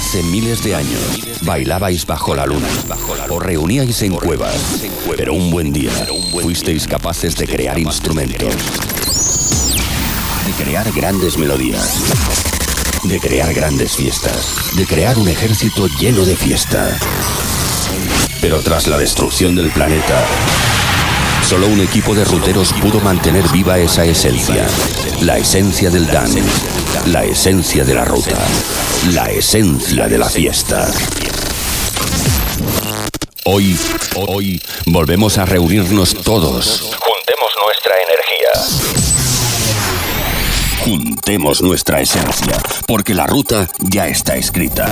Hace miles de años bailabais bajo la luna, os reuníais en cuevas, pero un buen día fuisteis capaces de crear instrumentos, de crear grandes melodías, de crear grandes fiestas, de crear un ejército lleno de fiesta. Pero tras la destrucción del planeta, solo un equipo de ruteros pudo mantener viva esa esencia, la esencia del dance, la esencia de la ruta, la esencia de la fiesta. Hoy volvemos a reunirnos todos. Juntemos nuestra energía. Juntemos nuestra esencia, porque la ruta ya está escrita.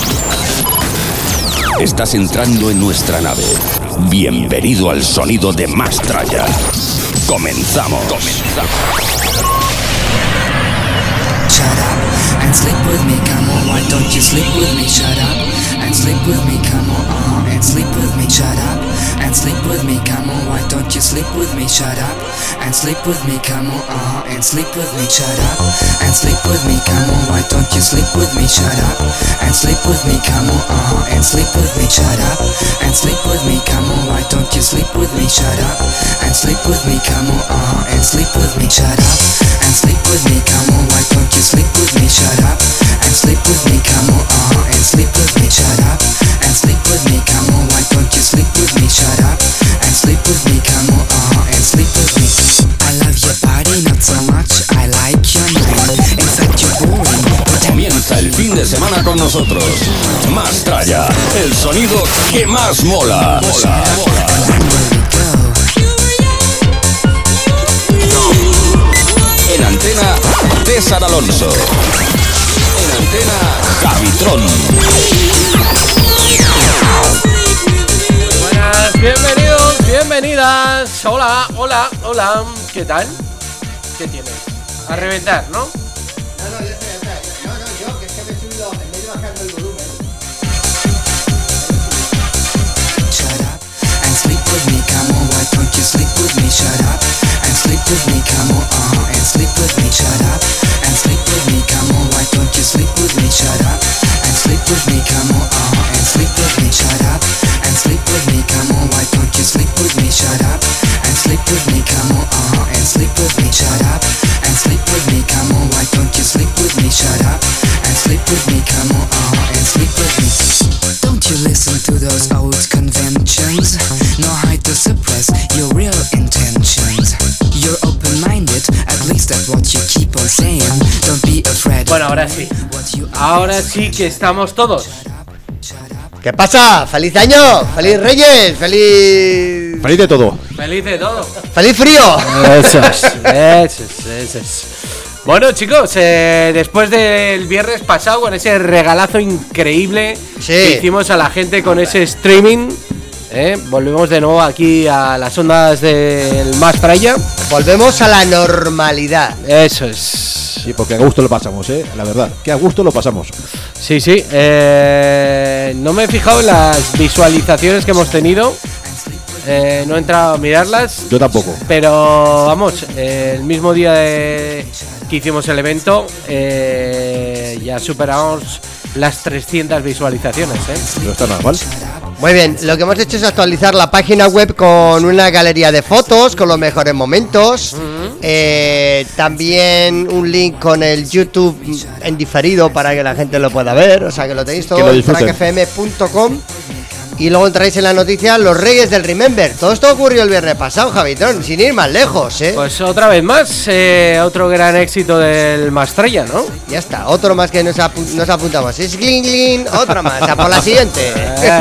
Estás entrando en nuestra nave. Bienvenido al sonido de Mastraya. Comenzamos. Shut up and sleep with me, come on, why don't you sleep with me? Shut up and sleep with me, come on, and sleep with me. Shut up and sleep with me, come on, why don't you sleep with me? Shut up and sleep with me, come on, and sleep with me. Shut up and sleep with me, come on, why don't you sleep with me? Shut up and sleep with me, come on, and sleep with me. Shut up and sleep with me, come on, why don't you sleep with me? Shut up and sleep with me, come on, and sleep with me. Shut up and sleep with me, come on, why don't you sleep with me? Shut up and sleep with me, come on, and sleep with me. Shut up and sleep with me, come on, why don't you sleep with me? Shut up and sleep with me, come on, and sleep with me. I love your body, not so much, I like your mind. In fact, you're boring. Comienza el fin de semana con nosotros. Mastraya, el sonido que más mola. En antena, César Alonso. En antena, Javitron. Buenas, bienvenidos, bienvenidas. Hola. ¿Qué tal? ¿Qué tienes? A reventar, ¿no? No, ya está. No, yo, que es que me he subido, me he ido bajando el volumen. Shut up and sleep with me, come on, why don't you sleep with me? Shut up and sleep with me, come on, and sleep with me. Shut up and sleep with me, come on, why don't you sleep with me? Shut up and sleep with me, come on, and sleep with me. Shut up and sleep with me, come on, why don't you sleep with me? Shut up and sleep with me, come on, and sleep with me. Shut up and sleep with me, come on, why don't you sleep with me? Shut up and sleep with me, come on, and sleep with me. Don't you listen to those old conventions, nor hide to suppress your real intentions. You're open-minded, at least that's what you keep on saying. Don't be afraid. Bueno, ahora sí. Ahora sí que estamos todos. ¿Qué pasa? ¡Feliz año! ¡Feliz Reyes! ¡Feliz Feliz de todo. Feliz de todo. ¡Feliz frío! Eso es. Bueno, chicos, después del viernes pasado, con ese regalazo increíble que hicimos a la gente con ese streaming, volvemos de nuevo aquí a las ondas del Mastraya. Volvemos a la normalidad. Eso es. Sí, porque a gusto lo pasamos, la verdad. Que a gusto lo pasamos. Sí. No me he fijado en las visualizaciones que hemos tenido. No he entrado a mirarlas. Yo tampoco. Pero vamos, el mismo día que hicimos el evento, ya superamos las 300 visualizaciones. No está nada mal. Muy bien, lo que hemos hecho es actualizar la página web con una galería de fotos, con los mejores momentos. También un link con el YouTube en diferido para que la gente lo pueda ver. O sea que lo tenéis todo en trackfm.com. Y luego entráis en la noticia Los Reyes del Remember. Todo esto ocurrió el viernes pasado, Javitron, sin ir más lejos, Pues otra vez más, otro gran éxito del Mastraya, ¿no? Ya está, otro más que nos apuntamos. Es glin, otro más, a por la siguiente.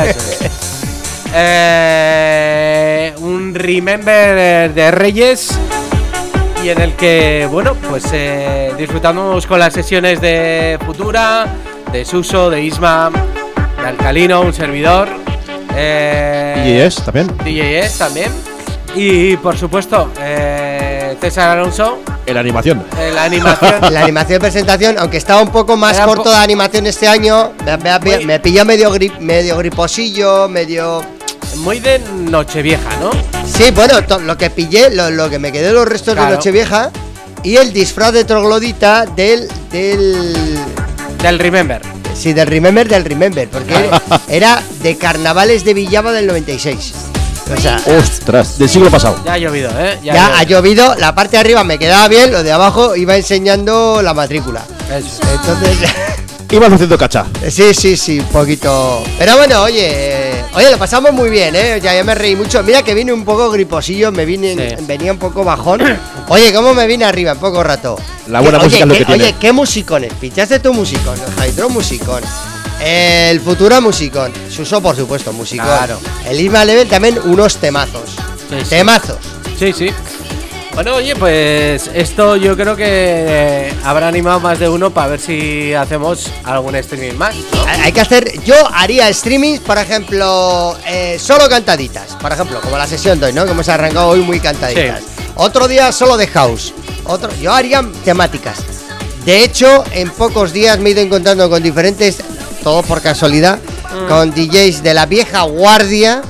Un Remember de Reyes, y en el que, bueno, pues disfrutamos con las sesiones de Futura, de Suso, de Isma, de Alcalino, un servidor. DJs también. Y por supuesto, César Alonso. La animación. La animación presentación, aunque estaba un poco más corto de animación este año. Me pilló medio griposillo, medio. Muy de Nochevieja, ¿no? Sí, bueno, lo que pillé, lo que me quedé los restos de Nochevieja y el disfraz de troglodita del Remember. Sí, del Remember, porque era de Carnavales de Villava del 96. O sea, ostras, del siglo pasado. Ya ha llovido, Ya ha llovido, la parte de arriba me quedaba bien, lo de abajo iba enseñando la matrícula. Eso. Entonces... Ibas haciendo cacha. Sí, un poquito. Pero bueno, oye, lo pasamos muy bien, ya me reí mucho. Mira que vine un poco griposillo, venía un poco bajón. Oye, ¿cómo me vine arriba en poco rato? La buena música es lo que tiene. Oye, ¿qué musicones? Pinchaste tu musicón, Jaitro musicón. El Futura musicón. Suso, por supuesto, musicón. Claro. El Isma Level también unos temazos. Sí. Temazos. Sí. Bueno, oye, pues esto yo creo que habrá animado más de uno para ver si hacemos algún streaming más, ¿no? Hay que hacer, yo haría streamings, por ejemplo, solo cantaditas, por ejemplo, como la sesión de hoy, ¿no? Que hemos arrancado hoy muy cantaditas. Sí. Otro día solo de house. Yo haría temáticas. De hecho, en pocos días me he ido encontrando con diferentes, todo por casualidad, con DJs de la vieja guardia.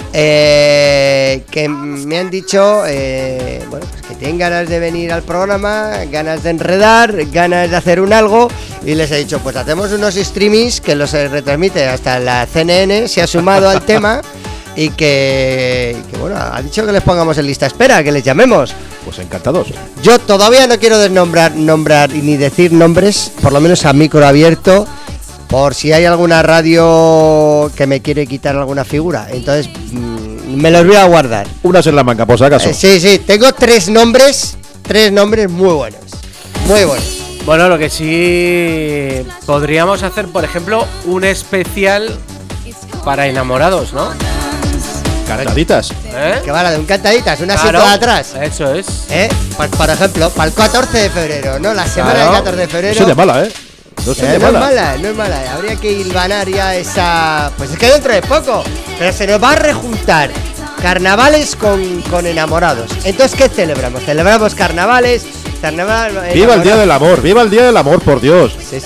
Que me han dicho bueno, pues que tienen ganas de venir al programa, ganas de enredar, ganas de hacer un algo, y les he dicho, pues hacemos unos streamings que los retransmite hasta la CNN, se ha sumado al tema y que bueno, ha dicho que les pongamos en lista espera, que les llamemos. Pues encantados. Yo todavía no quiero nombrar y ni decir nombres, por lo menos a micro abierto, por si hay alguna radio que me quiere quitar alguna figura. Entonces me los voy a guardar. Unas en la manga, por si acaso. Sí, tengo tres nombres muy buenos. Muy buenos. Bueno, lo que sí podríamos hacer, por ejemplo, un especial para enamorados, ¿no? Cantaditas. Que va, de un cantaditas, una sentada atrás. Eso es. Por ejemplo, para el 14 de febrero, ¿no? La semana del 14 de febrero. No es de mala, No es mala. Habría que hilvanar ya esa... Pues es que dentro de poco. Pero se nos va a rejuntar carnavales con enamorados. Entonces, ¿qué celebramos? Celebramos carnavales. ¡Viva el Día del Amor! ¡Viva el Día del Amor, por Dios! Sí.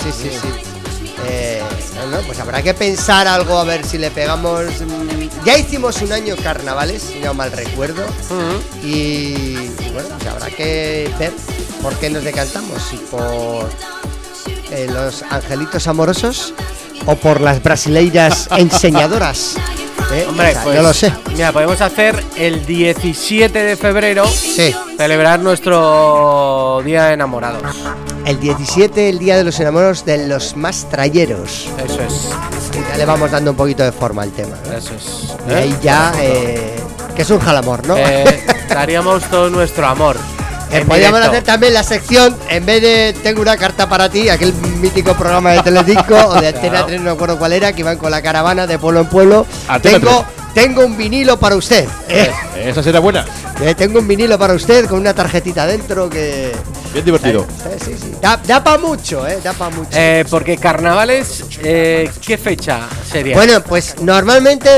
Pues habrá que pensar algo, a ver si le pegamos... Ya hicimos un año carnavales, si no mal recuerdo. Y bueno, pues habrá que ver por qué nos decantamos. Si por... los angelitos amorosos o por las brasileiras enseñadoras. Hombre, pues, no lo sé. Mira, podemos hacer el 17 de febrero, sí, celebrar nuestro Día de Enamorados. El 17, el Día de los Enamorados de los más trayeros. Eso es. Ya le vamos dando un poquito de forma al tema, ¿no? Eso es. Y ahí ya, que surja el amor, ¿no? Daríamos todo nuestro amor. Podríamos hacer también la sección, en vez de Tengo una carta para ti, aquel mítico programa de Teledisco o de Antena 3, no me acuerdo cuál era, que iban con la caravana de pueblo en pueblo. Tengo un vinilo para usted. Esa será buena. Tengo un vinilo para usted con una tarjetita dentro que... Bien divertido. Sí. Da para mucho, da para mucho. Porque carnavales, ¿qué fecha sería? Bueno, pues normalmente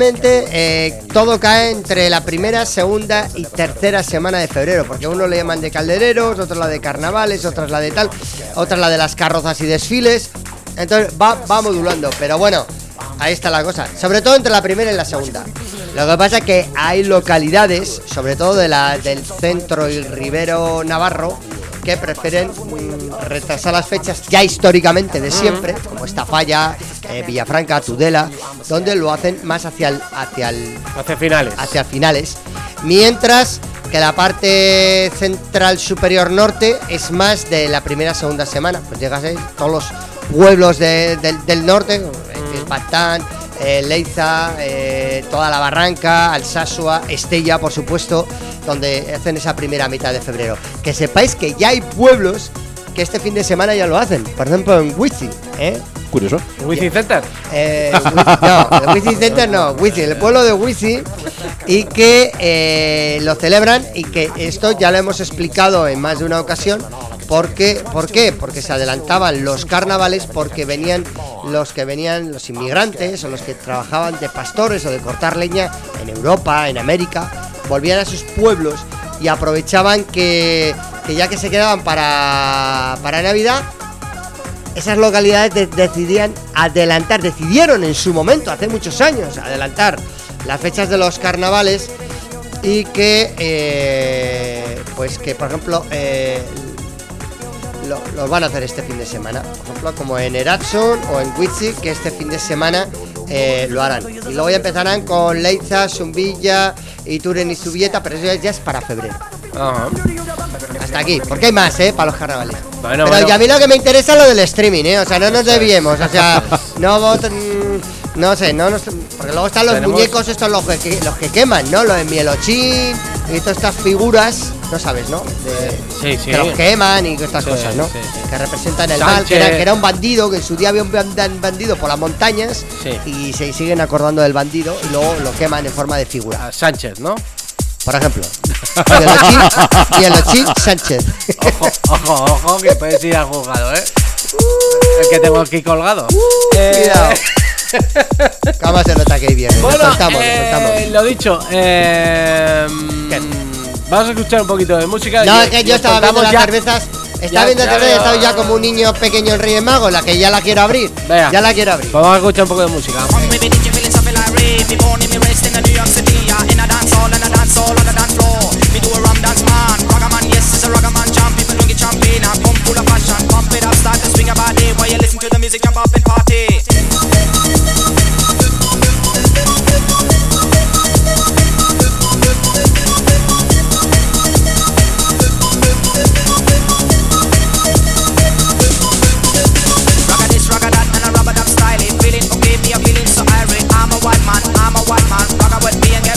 todo cae entre la primera, segunda y tercera semana de febrero, porque uno le llaman de caldereros, otro la de carnavales, otra la de tal, otra la de las carrozas y desfiles. Entonces va modulando, pero bueno, ahí está la cosa, sobre todo entre la primera y la segunda. Lo que pasa es que hay localidades, sobre todo del centro y Ribero Navarro, que prefieren retrasar las fechas ya históricamente de siempre, como Estafalla, Villafranca, Tudela, donde lo hacen más hacia finales, mientras que la parte central superior norte es más de la primera segunda semana. Pues llegas a todos los pueblos del norte, Batán, Leiza, toda la Barranca, Alsasua, Estella, por supuesto, donde hacen esa primera mitad de febrero. Que sepáis que ya hay pueblos que este fin de semana ya lo hacen. Por ejemplo, en Huici, Curioso. ¿Wizzing Center? No, el Wizzing Center no, Huici, el pueblo de Huici, y que lo celebran, y que esto ya lo hemos explicado en más de una ocasión. ¿Por qué? Porque se adelantaban los carnavales, porque venían los inmigrantes o los que trabajaban de pastores o de cortar leña en Europa, en América, volvían a sus pueblos y aprovechaban que ya que se quedaban para Navidad, esas localidades decidieron en su momento, hace muchos años, adelantar las fechas de los carnavales, y que, pues que por ejemplo, los van a hacer este fin de semana. Por ejemplo, como en Eratsun o en Witsi, que este fin de semana lo harán. Y luego ya empezarán con Leiza, Zumbilla, Ituren y Zubieta, pero eso ya es para febrero. Ajá. Hasta aquí, porque hay más, para los carnavales. Bueno, pero bueno. Y a mí lo que me interesa es lo del streaming, o sea, no nos desviemos, o sea, no sé, porque luego están los muñecos estos, los que queman, ¿no? Los de Mielochín y todas estas figuras, no sabes, ¿no? Sí. Que los queman y estas cosas, ¿no? Sí. Que representan el Sánchez. mal, que era un bandido, que en su día había un bandido por las montañas y se siguen acordando del bandido y luego lo queman en forma de figura. A Sánchez, ¿no? Por ejemplo, Mielochín Sánchez. Ojo, que puedes ir al juzgado, ¿eh? El que tengo aquí colgado. Cuidado. ¿Cómo se nota que hay bien? Bueno, Lo soltamos. Lo dicho, vamos a escuchar un poquito de música. No, es que yo estaba viendo las cervezas. Estaba viendo las cervezas, estaba ya como un niño pequeño en Reyes Magos, la que ya la quiero abrir. Venga. Ya la quiero abrir. Vamos a escuchar un poco de música. I'm a white man, rock with me and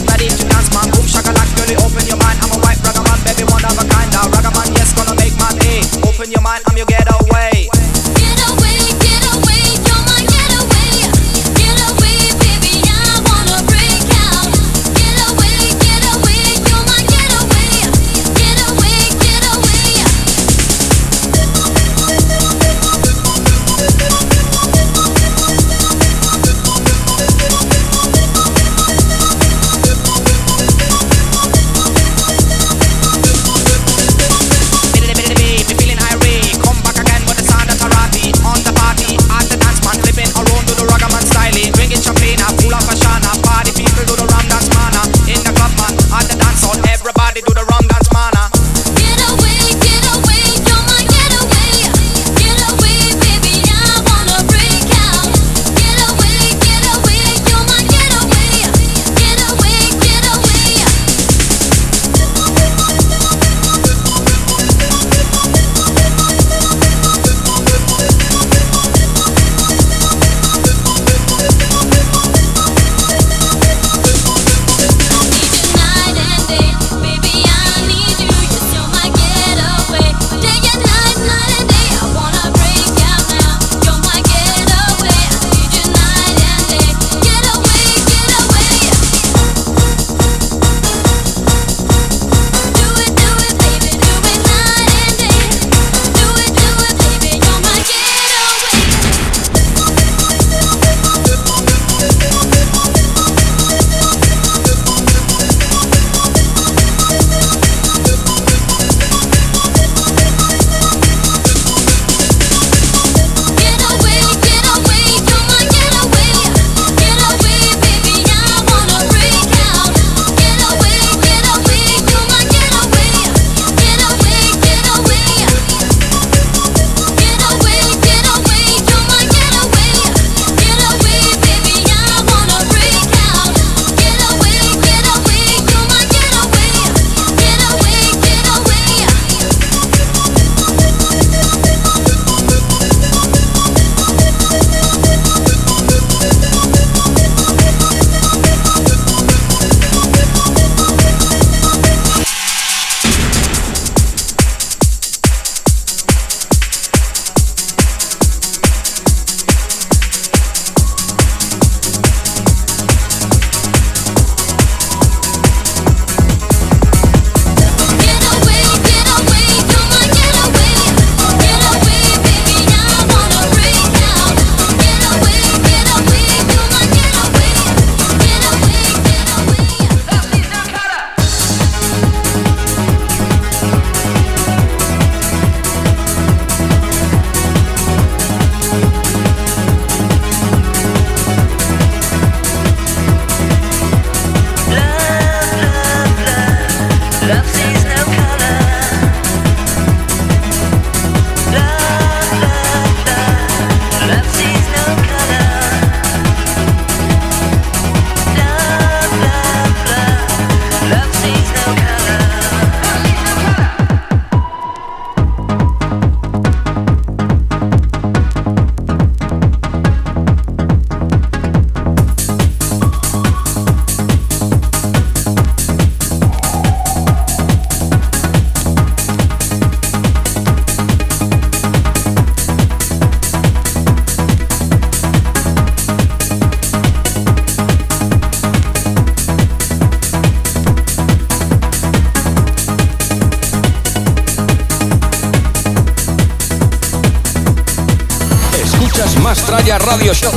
Canalla Radio Show.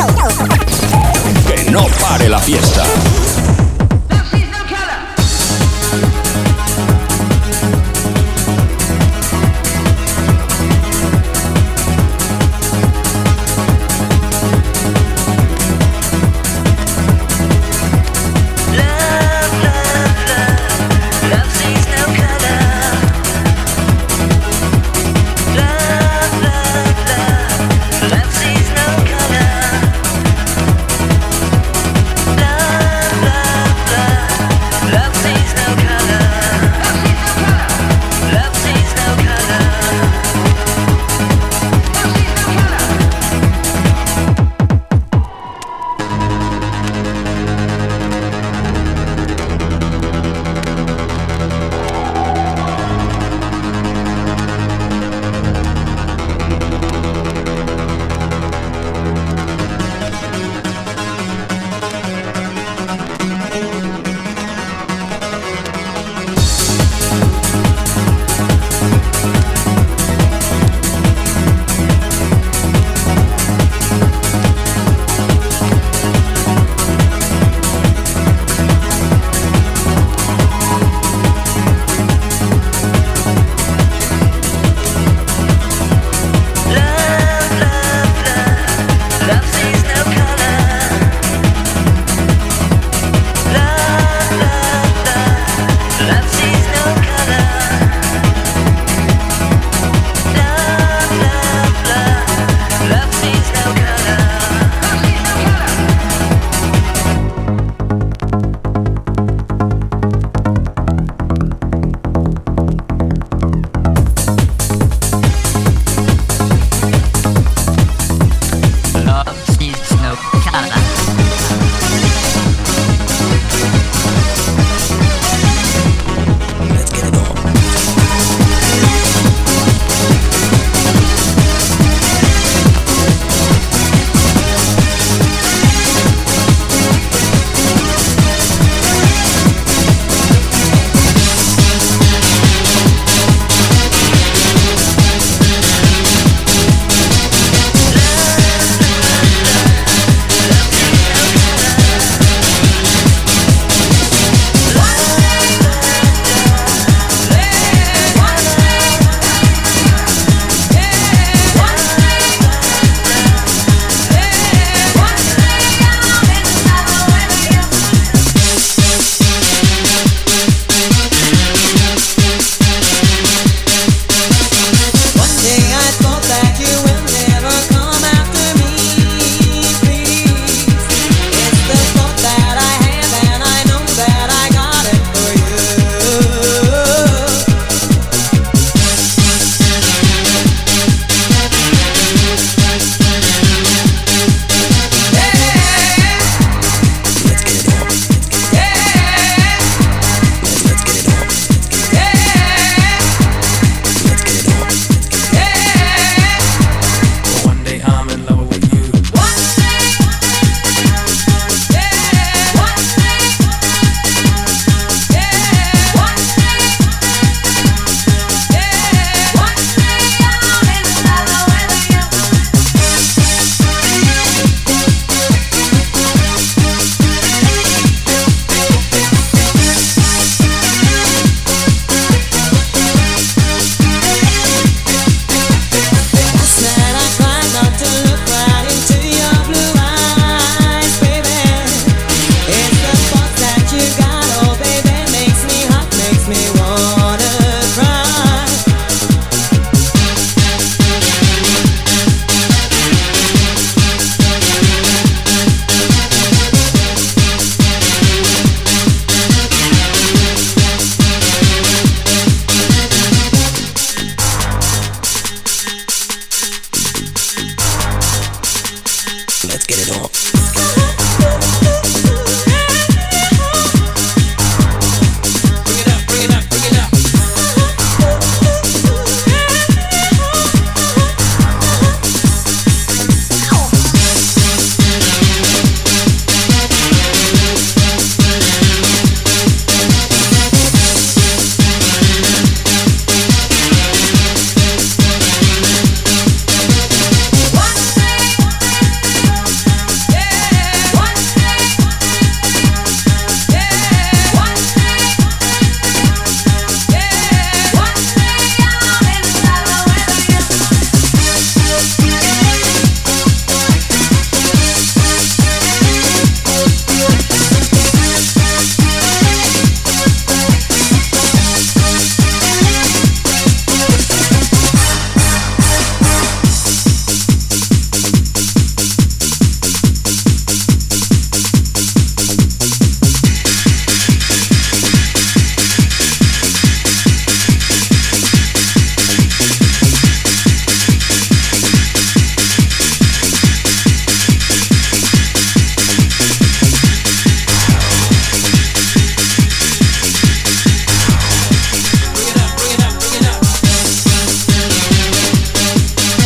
Que no pare la fiesta. Love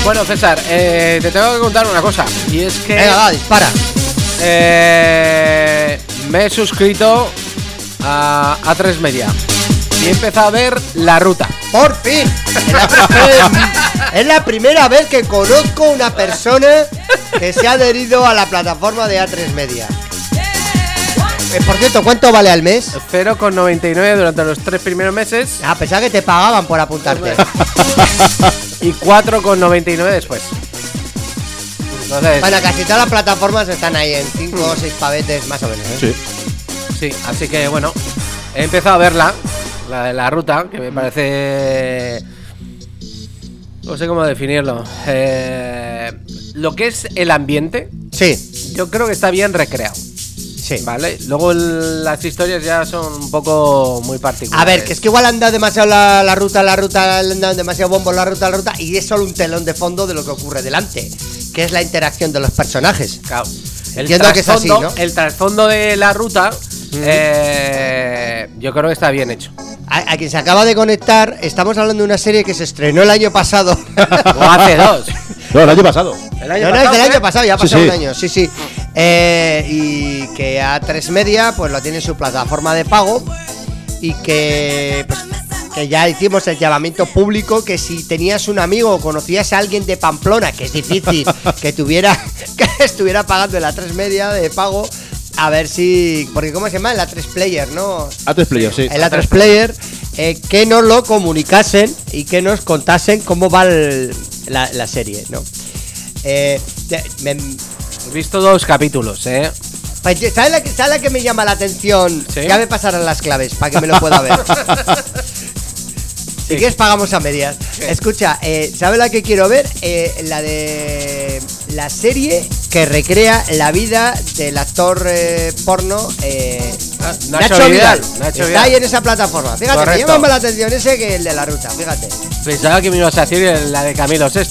Bueno, César, te tengo que contar una cosa. Y es que... Venga, va, dispara. Me he suscrito a A3 Media y he empezado a ver La Ruta. ¡Por fin! Es la primera vez que conozco una persona que se ha adherido a la plataforma de A3 Media. Por cierto, ¿cuánto vale al mes? 0,99 durante los 3 primeros meses. A pesar que te pagaban por apuntarte. Y 4,99 después. Entonces, Bueno, casi todas las plataformas están ahí en 5 o 6 pavetes más o menos, ¿eh? sí, así que bueno, he empezado a verla, la de La Ruta, que me parece... No sé cómo definirlo. Lo que es el ambiente, Sí, yo creo que está bien recreado. sí. Vale, luego las historias ya son un poco muy particulares. A ver, que es que igual han dado demasiado la ruta, le han dado demasiado bombo la ruta, y es solo un telón de fondo de lo que ocurre delante, que es la interacción de los personajes. Claro. Entiendo que es así, ¿no? El trasfondo de La Ruta, yo creo que está bien hecho. A quien se acaba de conectar, estamos hablando de una serie que se estrenó el año pasado. O hace 2. No, el año pasado. El año No, pasado, es del ¿eh? año pasado, ya ha Sí, pasado sí. un año, sí. Y que A3 Media pues lo tiene en su plataforma de pago. Y que pues, que ya hicimos el llamamiento público, que si tenías un amigo o conocías a alguien de Pamplona, que es difícil que estuviera pagando el A3 Media de pago, a ver si... Porque ¿cómo se llama? El A3 Player, ¿no? A3 Player, sí. El A3 Player, que nos lo comunicasen y que nos contasen cómo va la serie, ¿no? He visto 2 capítulos, ¿eh? Pues, ¿sabes la que me llama la atención? ¿Sí? Ya me pasarán las claves para que me lo pueda ver. Si quieres pagamos a medias. Escucha, ¿sabes la que quiero ver? La de la serie que recrea la vida del actor porno Nacho Vidal. Está ahí en esa plataforma. Fíjate, Correcto. me llama más la atención ese que el de La Ruta. Fíjate. Pensaba que me ibas a decir la de Camilo VI.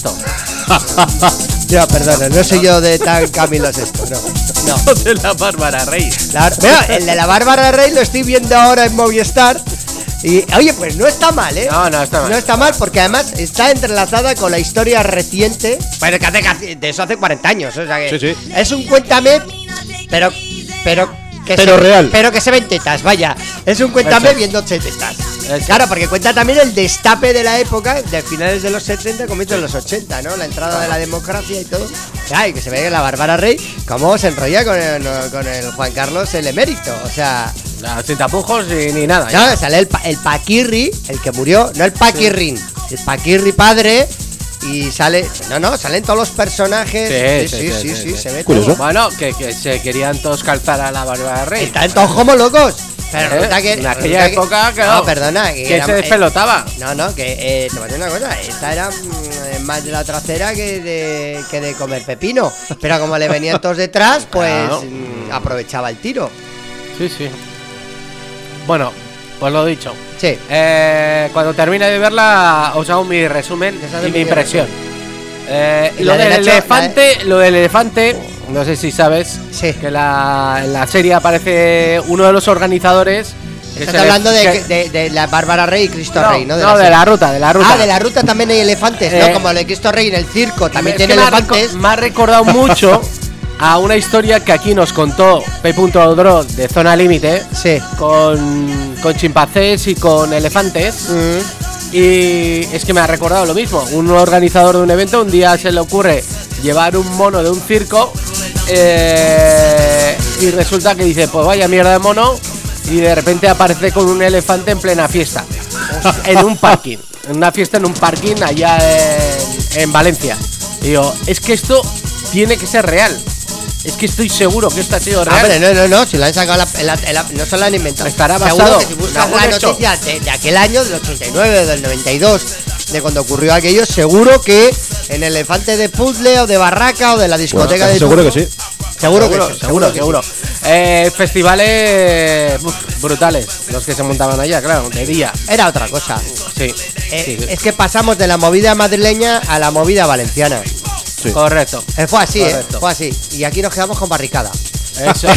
No, perdona, no soy yo de tan Camilo esto. No. De la Bárbara Rey. Mira, el de la Bárbara Rey lo estoy viendo ahora en Movistar. Y oye, pues no está mal, ¿eh? No está mal. No está mal porque además está entrelazada con la historia reciente. Bueno, que hace de eso hace 40 años, o sea que Sí. es un cuéntame, pero real. Pero que se ven tetas, vaya. Es un cuéntame Eso. viendo tetas. Eso. Claro, porque cuenta también el destape de la época, de finales de los 70, comienzos de los 80, ¿no? La entrada de la democracia y todo. Ay, que se ve la Bárbara Rey cómo se enrolla con el Juan Carlos el emérito, o sea... No, sin tapujos ni nada. No, sale el Paquirri, el que murió, no el Paquirrin, el Paquirri padre, y salen todos los personajes. Sí, se ve Curioso. todo. Bueno, que se querían todos calzar a la Bárbara Rey. Están todos como locos. Pero resulta que en aquella época, claro, no, perdona, que se despelotaba. Que te voy a decir una cosa, esta era más de la trasera que de comer pepino, pero como le venían todos detrás, pues Claro. aprovechaba el tiro. Sí. Bueno, pues lo dicho. Sí. Cuando termine de verla, os hago mi resumen Deshace y mi mi impresión. Y Lo la de del Nacho, elefante, no sé si sabes Sí. que en la serie aparece uno de los organizadores. que Estás se le- hablando que- de la Bárbara Rey y Cristo No, Rey, ¿no? de serie. la ruta, de la ruta. Ah, de la ruta también hay elefantes, ¿no? Como el de Cristo Rey en el circo, también Es que tiene me ha elefantes. me ha recordado mucho a una historia que aquí nos contó P.Odro de Zona Límite, Sí. con chimpancés y con elefantes. Y es que me ha recordado lo mismo. Un organizador de un evento, un día se le ocurre llevar un mono de un circo, y resulta que dice, pues vaya mierda de mono, y de repente aparece con un elefante en plena fiesta, en un parking, en una fiesta en un parking allá en Valencia. Y digo, es que esto tiene que ser real. Es que estoy seguro que esto ha sido real. Hombre, no, si la han sacado, no se la han inventado. Estará Seguro basado que si en buscas algún las hecho. noticias de aquel año, del 89, del 92, de cuando ocurrió aquello, seguro que en el elefante de puzzle o de barraca o de la discoteca Bueno, de seguro turno, que sí. Seguro que sí, Seguro. Festivales brutales, los que se montaban allá, claro, de día. Era otra cosa. Sí. Es que pasamos de la movida madrileña a la movida valenciana. Sí. Correcto. Fue así, Correcto. fue así. Y aquí nos quedamos con barricada. Eso.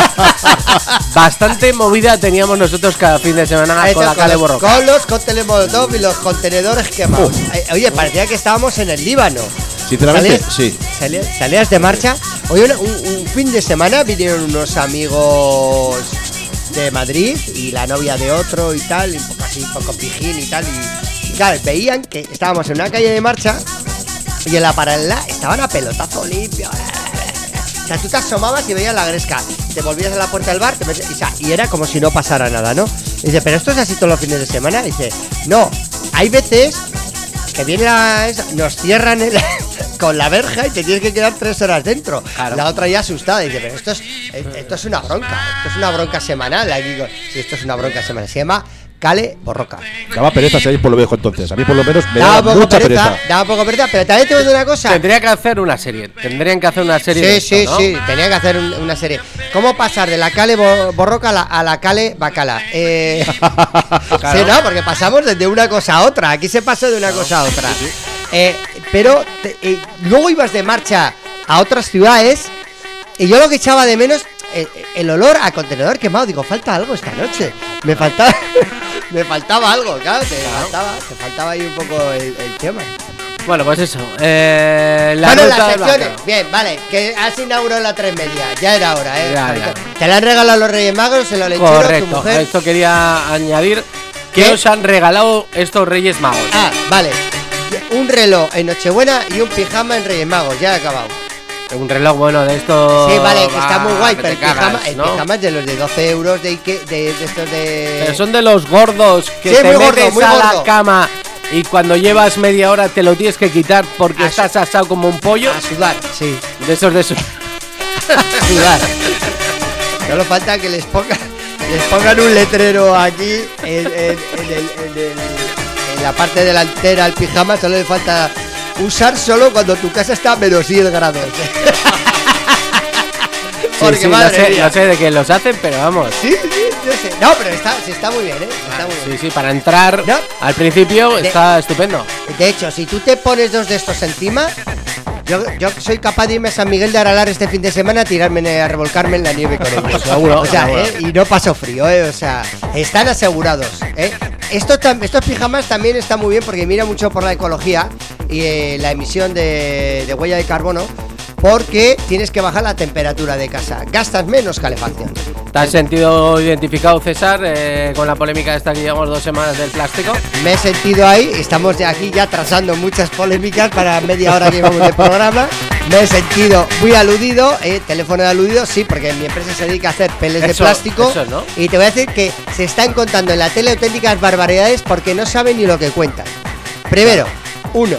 Bastante movida teníamos nosotros cada fin de semana con la Cale Borroca. Con los cócteles Molotov y los contenedores quemados. Oye, parecía que estábamos en el Líbano. Sinceramente, sí. Salías de marcha. Oye, un fin de semana vinieron unos amigos de Madrid y la novia de otro y tal, y un poco pijín y tal. Y claro, veían que estábamos en una calle de marcha y en la paralela estaban a pelotazo limpio. O sea, tú te asomabas y veías la Gresca, te volvías a la puerta del bar y era como si no pasara nada, ¿no? Y dice, ¿pero esto es así todos los fines de semana? Y dice, no, hay veces que viene nos cierran con la verja y te tienes que quedar 3 horas dentro. Claro. La otra ya asustada y dice, pero esto es una bronca semanal. Y digo, sí, esto es una bronca semanal, se llama Cale Borroca. Daba pereza seguir por lo viejo entonces. A mí por lo menos me daba mucha pereza. Daba poco pereza, pero también te voy a decir una cosa. Tendrían que hacer una serie. Sí, tenían que hacer una serie. ¿Cómo pasar de la Cale Borroca a la Cale Bacala? Claro. Sí, no, porque pasamos de una cosa a otra. Aquí se pasó de una cosa a otra. Sí. Pero luego ibas de marcha a otras ciudades y yo lo que echaba de menos el olor a contenedor quemado. Digo, falta algo esta noche. Me faltaba algo, claro. Te faltaba ahí un poco el tema. Bueno, pues eso. Las secciones. Bien, vale, que has inaugurado la 3 media. Ya era hora, Ya. ¿Te la han regalado los Reyes Magos? ¿Se lo lechero? Correcto. ¿Tu mujer? Esto quería añadir. ¿Qué os han regalado estos Reyes Magos? Ah, vale. Un reloj en Nochebuena y un pijama en Reyes Magos. Ya he acabado. Un reloj bueno de estos. Sí, vale, que está muy guay, pero el pijama es de los de 12 euros de estos de. Pero son de los gordos que te metes a la cama y cuando llevas media hora te lo tienes que quitar porque estás asado como un pollo. A sudar, sí. De esos. Sudar. Solo falta que les pongan un letrero aquí en la parte delantera al pijama. Solo le falta usar solo cuando tu casa está a menos 10 grados. Porque sí, no sé de qué los hacen, pero vamos. Sí, yo sé. No, pero está muy bien, Está muy bien. Sí, para entrar al principio está estupendo. De hecho, si tú te pones 2 de estos encima, yo soy capaz de irme a San Miguel de Aralar este fin de semana a revolcarme en la nieve con ellos. Seguro. O sea, y no paso frío, O sea, están asegurados, Estos pijamas también están muy bien porque mira mucho por la ecología y la emisión de huella de carbono, porque tienes que bajar la temperatura de casa, gastas menos calefacción. ¿Te has sentido identificado, César, con la polémica esta que llevamos 2 semanas del plástico? Me he sentido ahí, estamos de aquí ya trazando muchas polémicas para media hora que llevamos de programa. Me he sentido muy aludido, teléfono de aludido, sí, porque mi empresa se dedica a hacer peles de plástico. Eso, ¿no? Y te voy a decir que se están contando en la tele auténticas barbaridades porque no saben ni lo que cuentan. Primero, uno.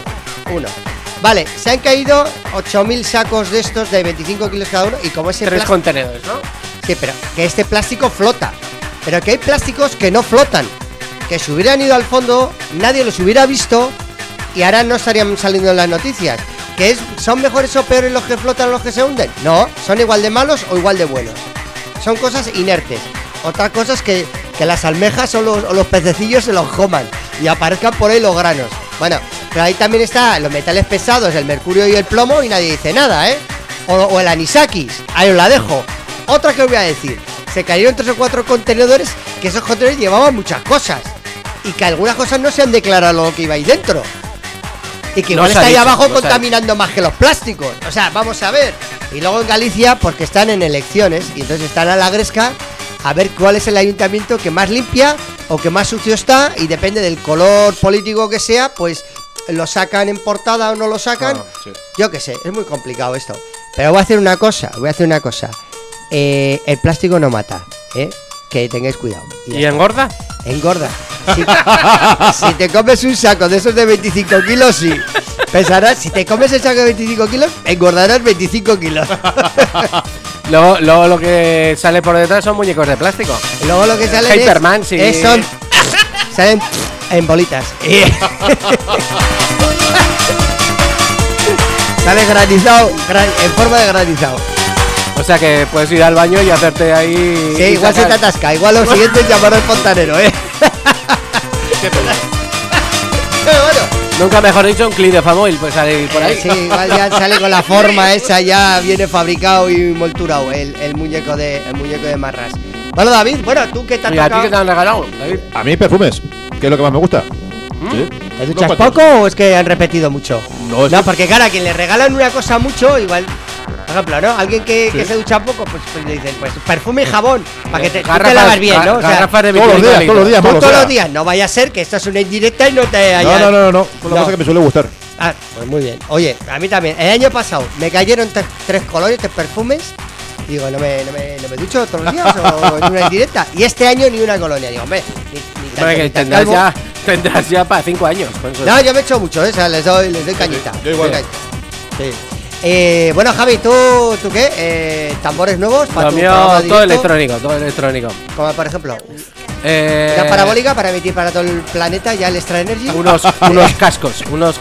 Vale, se han caído 8.000 sacos de estos de 25 kilos cada uno y como ese 3 contenedores, ¿no? Sí, pero que este plástico flota. Pero que hay plásticos que no flotan. Que si hubieran ido al fondo, nadie los hubiera visto y ahora no estarían saliendo en las noticias. ¿Son mejores o peores los que flotan o los que se hunden? No, son igual de malos o igual de buenos. Son cosas inertes. Otra cosa es que las almejas o los pececillos se los coman y aparezcan por ahí los granos. Bueno, pero ahí también están los metales pesados, el mercurio y el plomo y nadie dice nada, O el anisakis, ahí os la dejo. Otra que os voy a decir, se cayeron 3 o 4 contenedores, que esos contenedores llevaban muchas cosas y que algunas cosas no se han declarado lo que iba ahí dentro. Y que igual está ahí abajo contaminando más que los plásticos. O sea, vamos a ver. Y luego en Galicia, porque están en elecciones y entonces están a la gresca a ver cuál es el ayuntamiento que más limpia o que más sucio está, y depende del color político que sea, pues lo sacan en portada o no lo sacan. Sí. Yo qué sé, es muy complicado esto. Pero voy a hacer una cosa. El plástico no mata, que tengáis cuidado. ¿Y engorda? Engorda. Si te comes un saco de esos de 25 kilos, sí. Pesarás, si te comes el saco de 25 kilos, engordarás 25 kilos. Luego lo que sale por detrás son muñecos de plástico. Y luego lo que sale Hyperman, sí. Salen en bolitas. Sale granizado, en forma de granizado. O sea que puedes ir al baño y hacerte ahí. Sí, igual se te atasca. Igual lo siguiente es llamar al fontanero, Qué pena. Pero bueno, Nunca mejor dicho, un clip de Famoil, pues sale por ahí. Sí, igual ya sale con la forma esa, ya viene fabricado y molturado el muñeco de Marras. Bueno, David, ¿tú qué te has ¿Y a ti qué te han regalado, David? A mí perfumes, que es lo que más me gusta. ¿Sí? ¿Te duchas poco o es que han repetido mucho? No, porque claro, a quien le regalan una cosa mucho, igual. Por ejemplo, ¿no? Alguien que se ducha poco, pues le dicen, pues perfume y jabón, para que te lavas bien, ¿no? O sea, todos los días. No vaya a ser que esto es una indirecta y no te haya... No. Con la cosa que me suele gustar. Ah, pues muy bien. Oye, a mí también. El año pasado me cayeron 3 colores, 3 perfumes. Digo, ¿no me ducho todos los días o en una indirecta? Y este año ni una colonia. Digo, hombre, ni tendrás ya para 5 años. No, yo me echo mucho, o sea, les doy cañita. Yo igual. Sí. Bueno, Javi, ¿tú qué? ¿Tambores nuevos? Lo mío, todo electrónico. Como por ejemplo, una parabólica para emitir para todo el planeta ya el Extra Energy. Unos cascos. Unos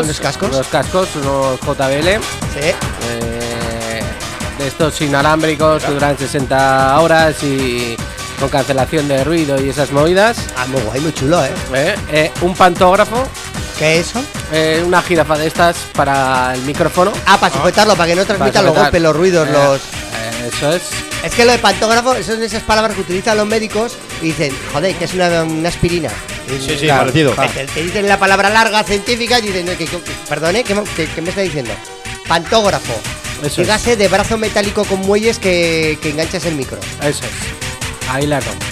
JBL. Sí. De estos inalámbricos que duran 60 horas y con cancelación de ruido y esas movidas. Muy guay, muy chulo, Un pantógrafo. ¿Qué es eso? Una jirafa de estas para el micrófono. Para sujetarlo, para que no transmita los golpes, los ruidos, Eso es. Es que lo de pantógrafo son esas palabras que utilizan los médicos y dicen, joder, que es una aspirina. Sí, parecido. Te dicen la palabra larga científica y dicen, perdone, ¿qué me está diciendo? Pantógrafo. Eso Dígase de brazo metálico con muelles que enganchas el micro. Eso es. Ahí la tomo.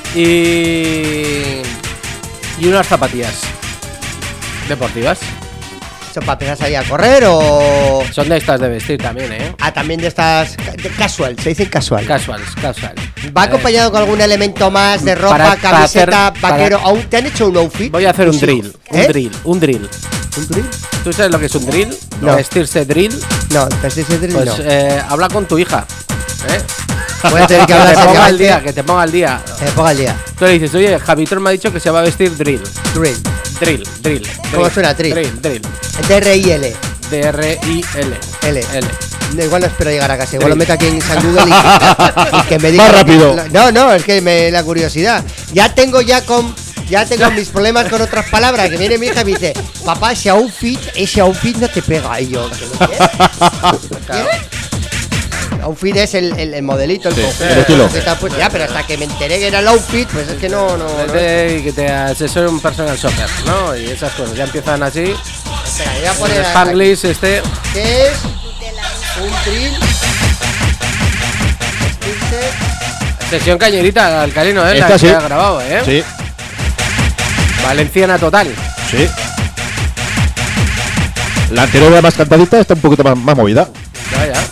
Y unas zapatillas deportivas. ¿Son para empezar a salir a correr o...? Son de estas de vestir también, también de estas... casual, se dicen casual. Casual. ¿Va acompañado con algún elemento más de ropa, camiseta, vaquero? ¿Te han hecho un outfit? Voy a hacer un drill. Un drill. ¿Un drill? ¿Tú sabes lo que es un drill? No. ¿Vestirse drill? No, vestirse drill pues, no. Habla con tu hija. Voy a tener que hablar que te ponga al día. Tú le dices, oye, Javitor me ha dicho que se va a vestir drill. Drill. ¿Cómo suena drill? Drill. D-R-I-L. D-R-I-L. Igual no espero llegar a casa. Igual lo meto aquí en San Google y que me diga. Más rápido. No, es que la curiosidad. Ya tengo mis problemas con otras palabras. Que viene mi hija y me dice, papá, ese outfit no te pega. Y yo, ¿qué? Outfit es el modelito, el estilo. Que está puesto. Ya, pero hasta que me enteré que era el outfit, pues es que no. Y que te asesore un personal shopper, ¿no? Y esas cosas ya empiezan así. Espera, voy a poner el Spanglish ¿Qué es? Un drill. Sesión cañerita, Alcalino, la esta que sí. ha grabado, Sí. Valenciana total. Sí. La anterior era más cantadita, está un poquito más movida. Ya.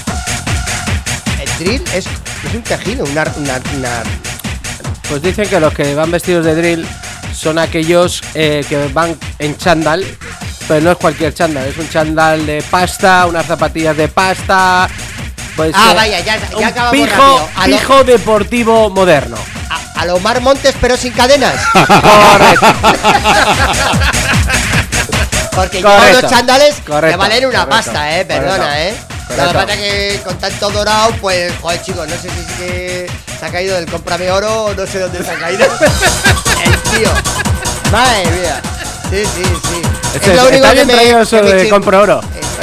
Drill es un tejido, una... Pues dicen que los que van vestidos de drill son aquellos que van en chándal, pero no es cualquier chándal, es un chándal de pasta, unas zapatillas de pasta. Pues, vaya, ya acabamos rápido. Pijo Pijo deportivo moderno. A lo Mar Montes, pero sin cadenas. Correcto. Porque llevan los chándales que valen una pasta, perdona, La verdad que con tanto dorado, pues, joder, chicos, no sé si es que se ha caído del cómprame oro o no sé dónde se ha caído. El tío. Madre mía. Sí. Es lo único que me compro oro.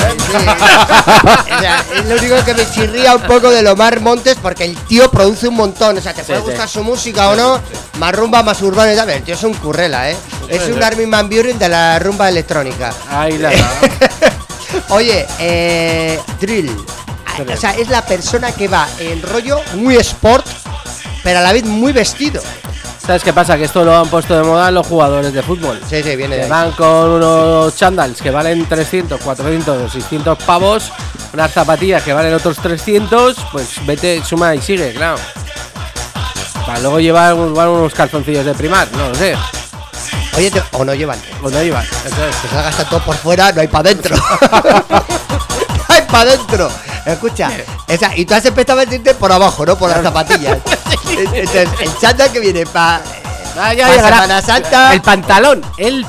O sea, es lo único que me chirría un poco de Omar Montes, porque el tío produce un montón. O sea, te puede gustar su música o no, más rumba, más urbano y tal. El tío es un currela, es un Armin van Buuren de la rumba electrónica. Ahí la Oye, drill. O sea, es la persona que va en rollo muy sport, pero a la vez muy vestido. ¿Sabes qué pasa? Que esto lo han puesto de moda los jugadores de fútbol. Sí, viene de ahí. Van con unos chándals que valen 300, 400, 600 pavos, unas zapatillas que valen otros 300, pues vete, suma y sigue, claro. Para luego llevar unos calzoncillos de Primar, no lo sé. Oye, o no llevan. Entonces, que se la gastan todo por fuera, no hay para adentro. No hay para adentro. Escucha, y tú has empezado a vestirte por abajo, ¿no? Por las zapatillas. Entonces, el chándal que viene para Semana Santa. El pantalón.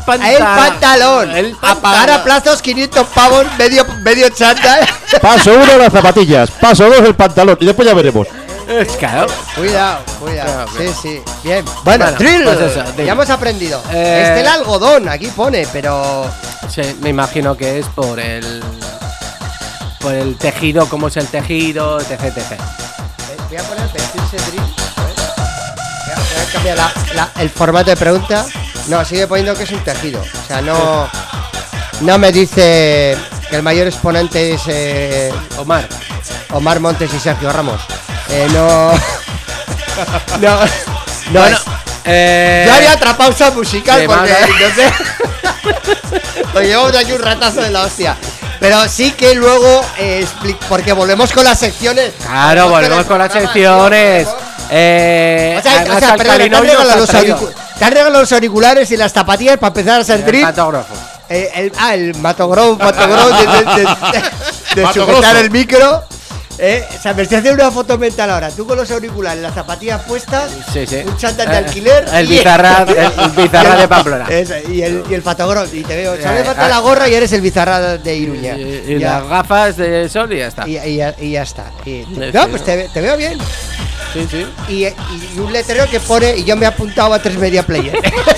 A pagar a plazos 500 pavos, medio chándal. Paso 1 las zapatillas, paso 2 el pantalón y después ya veremos. Claro. Cuidado. Claro, Sí. Bien. Bueno, Drill. Pues eso, ya hemos aprendido. El algodón, aquí pone, pero. Sí, me imagino que es por el tejido, cómo es el tejido, etc. Voy a poner vestirse drill. Voy a cambiar el formato de pregunta. No, sigue poniendo que es un tejido. O sea, no me dice que el mayor exponente es Omar Montes y Sergio Ramos. Bueno, yo haría otra pausa musical porque no sé. Nos llevamos de aquí un ratazo de la hostia. Pero sí que luego porque volvemos con las secciones. Claro, volvemos con las secciones. Te han regalado los auriculares y las zapatillas para empezar a ser drill. El matogrón de sujetar el micro. O sea, me estoy haciendo una foto mental ahora. Tú con los auriculares, las zapatillas puestas, un chándal de alquiler. El bizarra de Pamplona. Y el fatogrón. Y te veo, solo me falta la gorra y eres el bizarra de Iruña. Y las gafas de sol y ya está. Y ya está. No, pues te veo bien. Sí. Y un letrero que pone, y yo me he apuntado a 3 Media Player.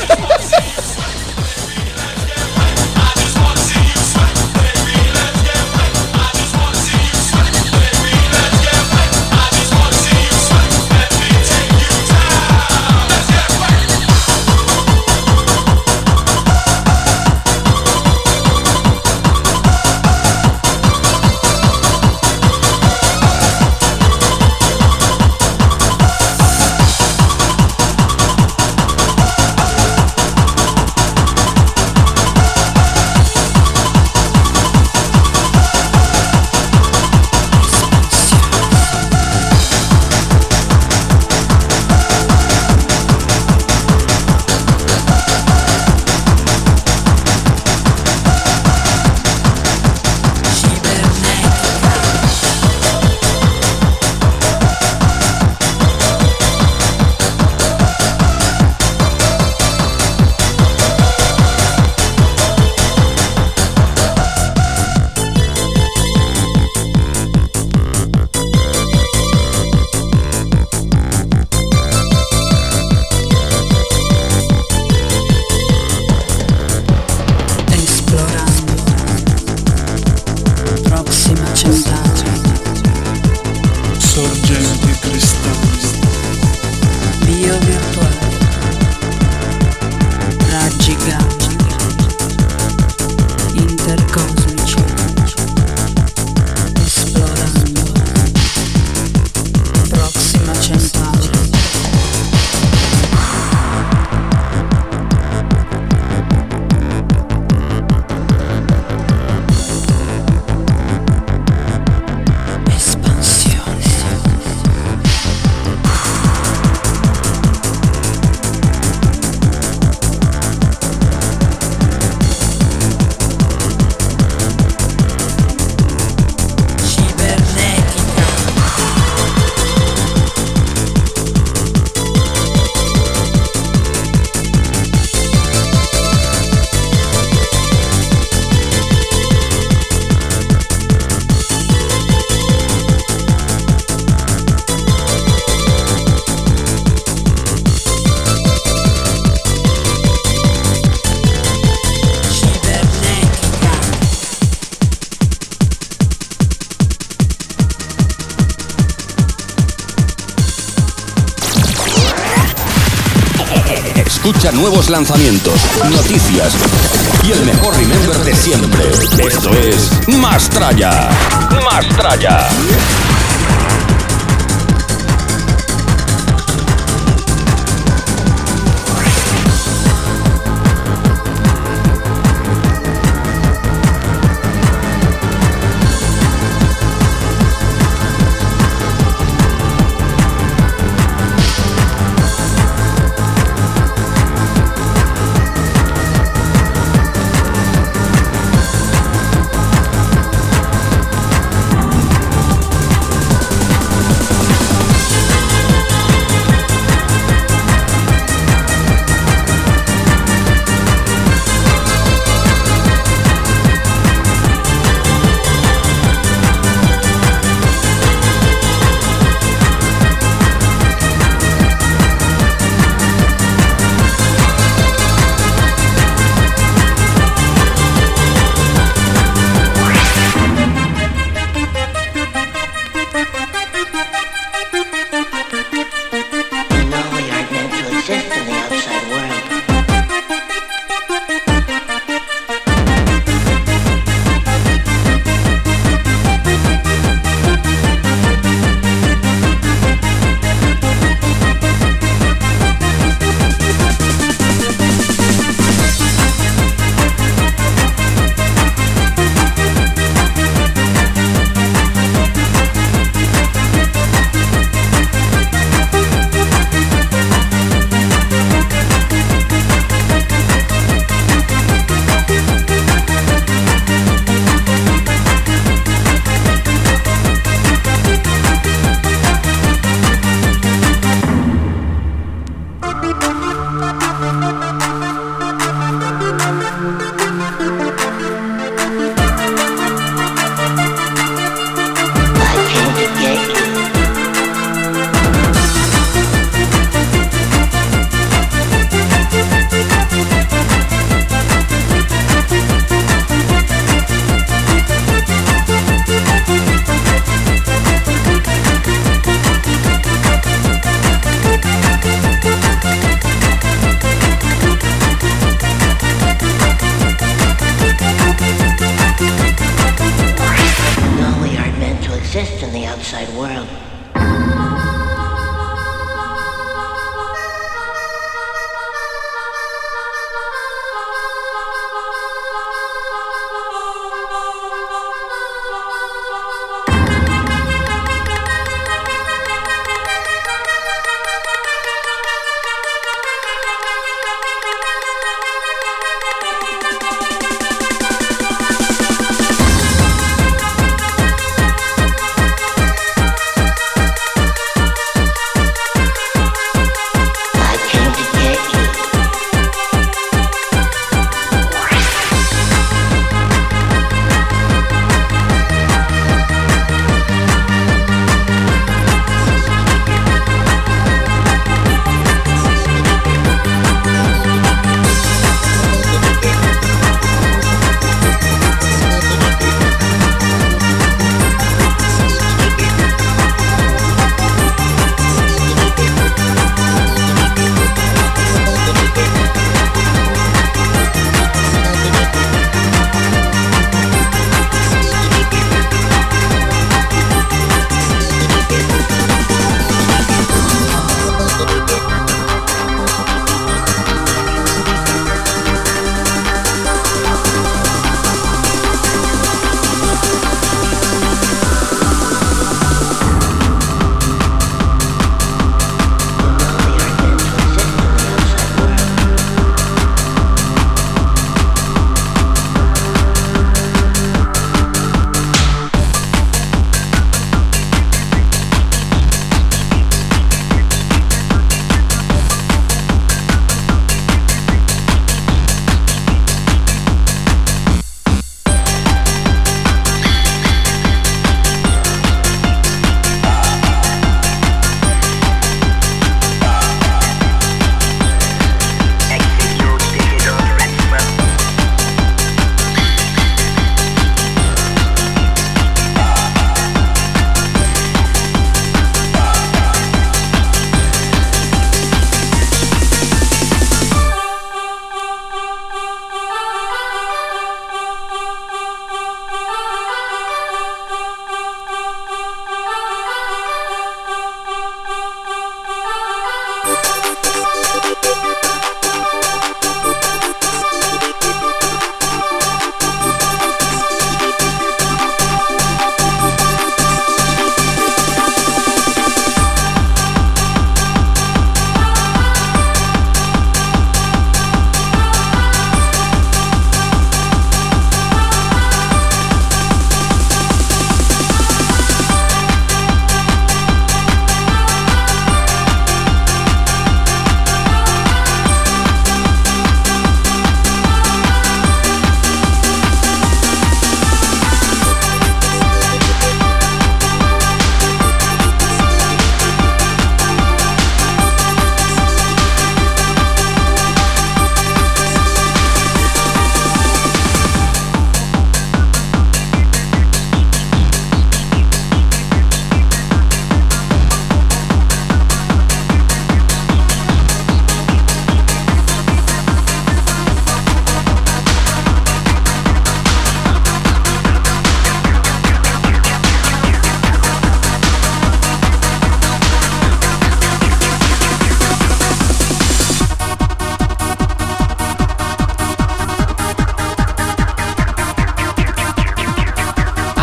Escucha nuevos lanzamientos, noticias y el mejor remember de siempre. Esto es Mastraya. Mastraya.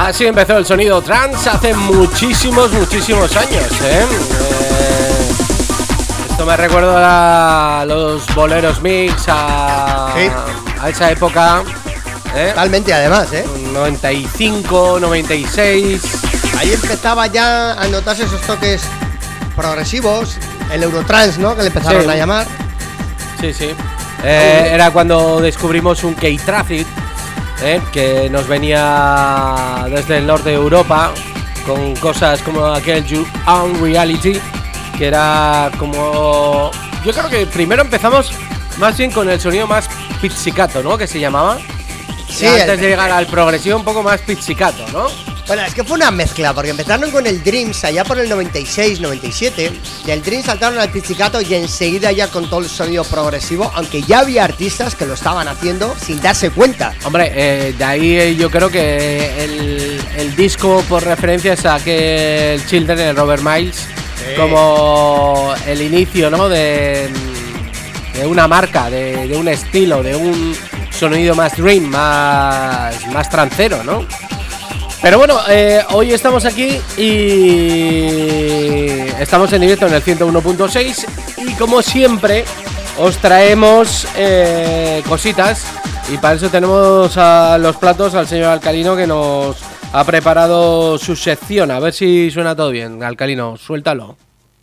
Así empezó el sonido trance hace muchísimos años, Esto me recuerda a los boleros mix, a esa época. Totalmente, además, 95, 96. Ahí empezaba ya a notarse esos toques progresivos, el Eurotrance, ¿no? Que le empezaron a llamar. Sí. Era cuando descubrimos un K-Traffic, que nos venía desde el norte de Europa, con cosas como aquel You Own Reality, que era como... Yo creo que primero empezamos más bien con el sonido más pizzicato, ¿no? Que se llamaba. Sí, antes de llegar al progresivo, un poco más pizzicato, ¿no? Bueno, es que fue una mezcla, porque empezaron con el Dreams allá por el 96, 97. Del Dreams saltaron al pizzicato y enseguida ya con todo el sonido progresivo, aunque ya había artistas que lo estaban haciendo sin darse cuenta. Hombre, de ahí yo creo que el disco por referencia es aquel Children de Robert Miles, como el inicio, ¿no? De una marca, de un estilo, de un sonido más dream, más trancero, ¿no? Pero bueno, hoy estamos aquí y estamos en directo en el 101.6 y como siempre os traemos cositas y para eso tenemos a los platos al señor Alcalino que nos ha preparado su sección. A ver si suena todo bien. Alcalino, suéltalo.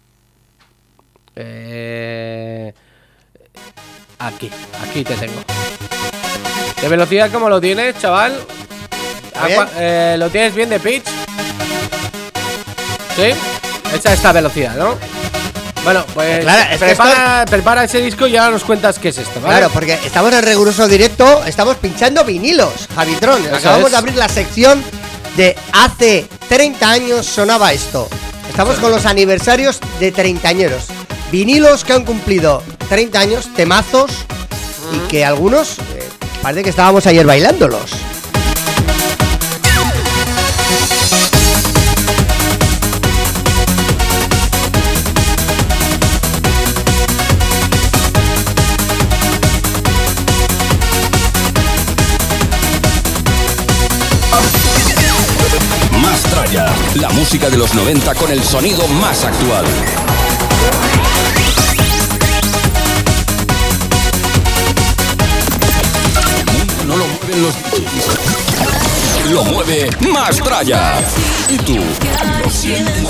Aquí te tengo. ¿De velocidad cómo lo tienes, chaval? ¿Lo tienes bien de pitch? ¿Sí? Esta velocidad, ¿no? Bueno, pues claro, prepara ese disco y ahora nos cuentas qué es esto, ¿vale? Claro, porque estamos en riguroso directo, estamos pinchando vinilos, Javitron. Acabamos de abrir la sección de hace 30 años sonaba esto. Estamos con los aniversarios de treintañeros. Vinilos que han cumplido 30 años, temazos, y que algunos parece que estábamos ayer bailándolos. La música de los 90 con el sonido más actual. No lo mueven los DJs. Lo mueve Mastraya. ¿Y tú lo sientes?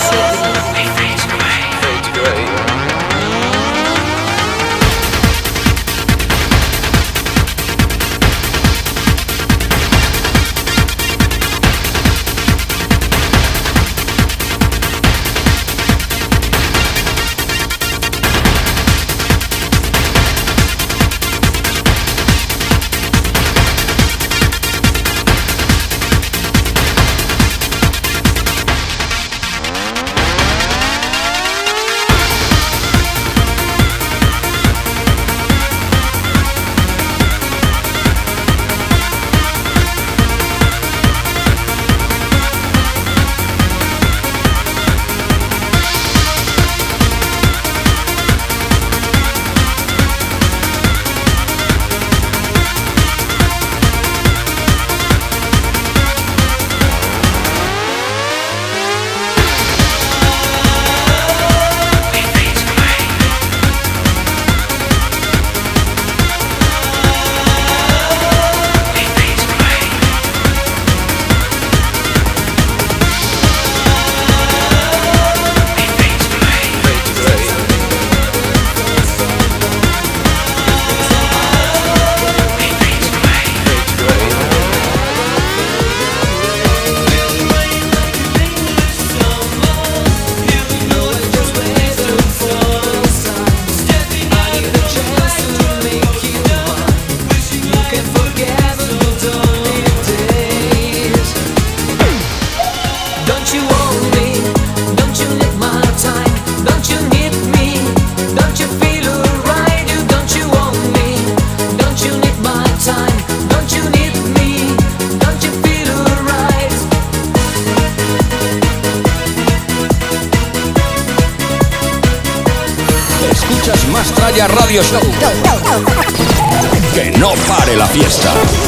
Mastraya Radio Show. Que no pare la fiesta.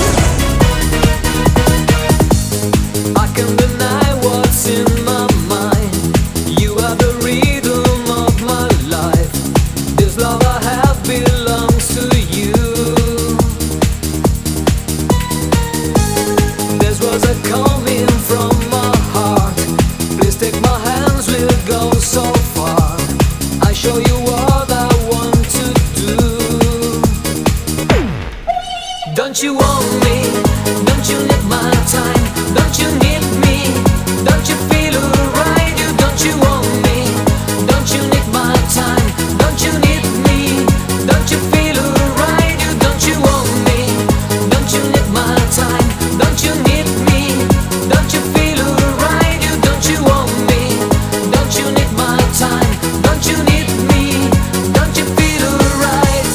Don't you want me? Don't you need my time? Don't you need me? Don't you feel alright? Don't you want me? Don't you need my time? Don't you need me? Don't you feel alright? Don't you want me? Don't you need my time? Don't you need me? Don't you feel alright? Don't you want me? Don't you need my time? Don't you need me? Don't you feel alright?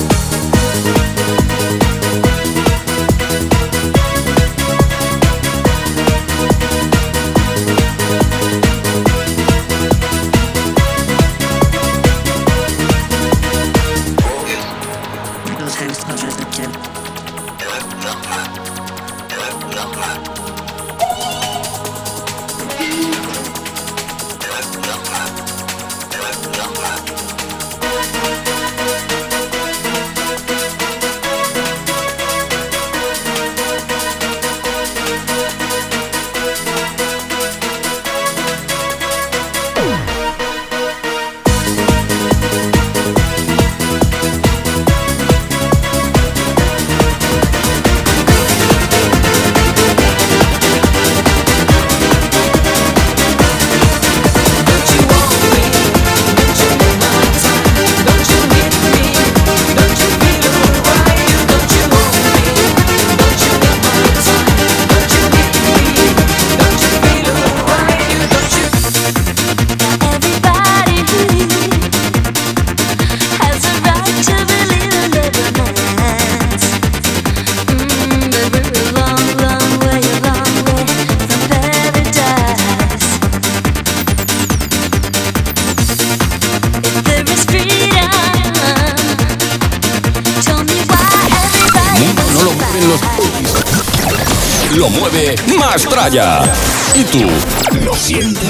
Lo mueve Mastraya. ¿Y tú lo sientes?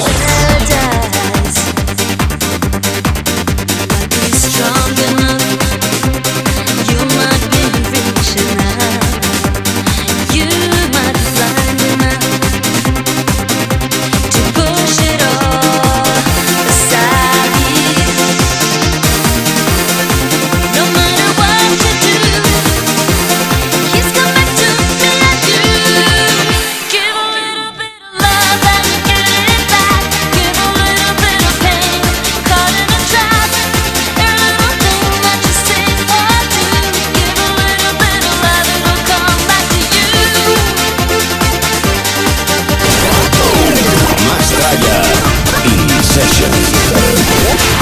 Mastraya in Session.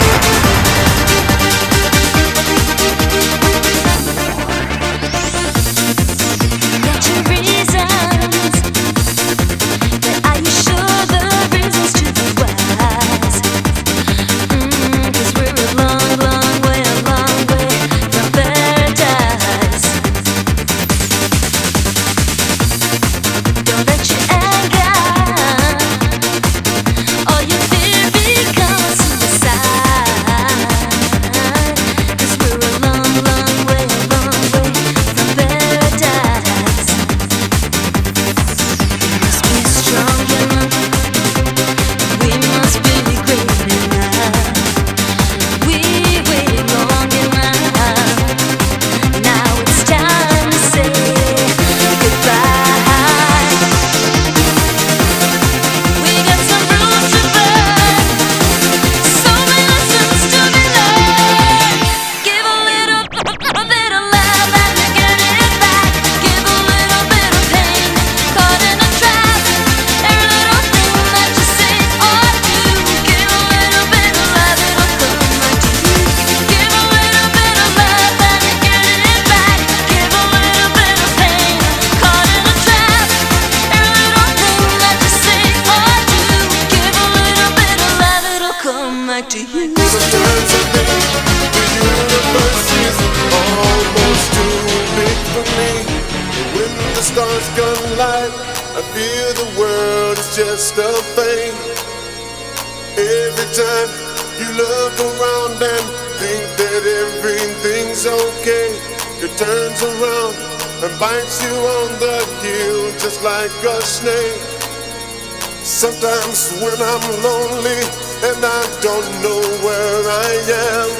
Sometimes when I'm lonely and I don't know where I am,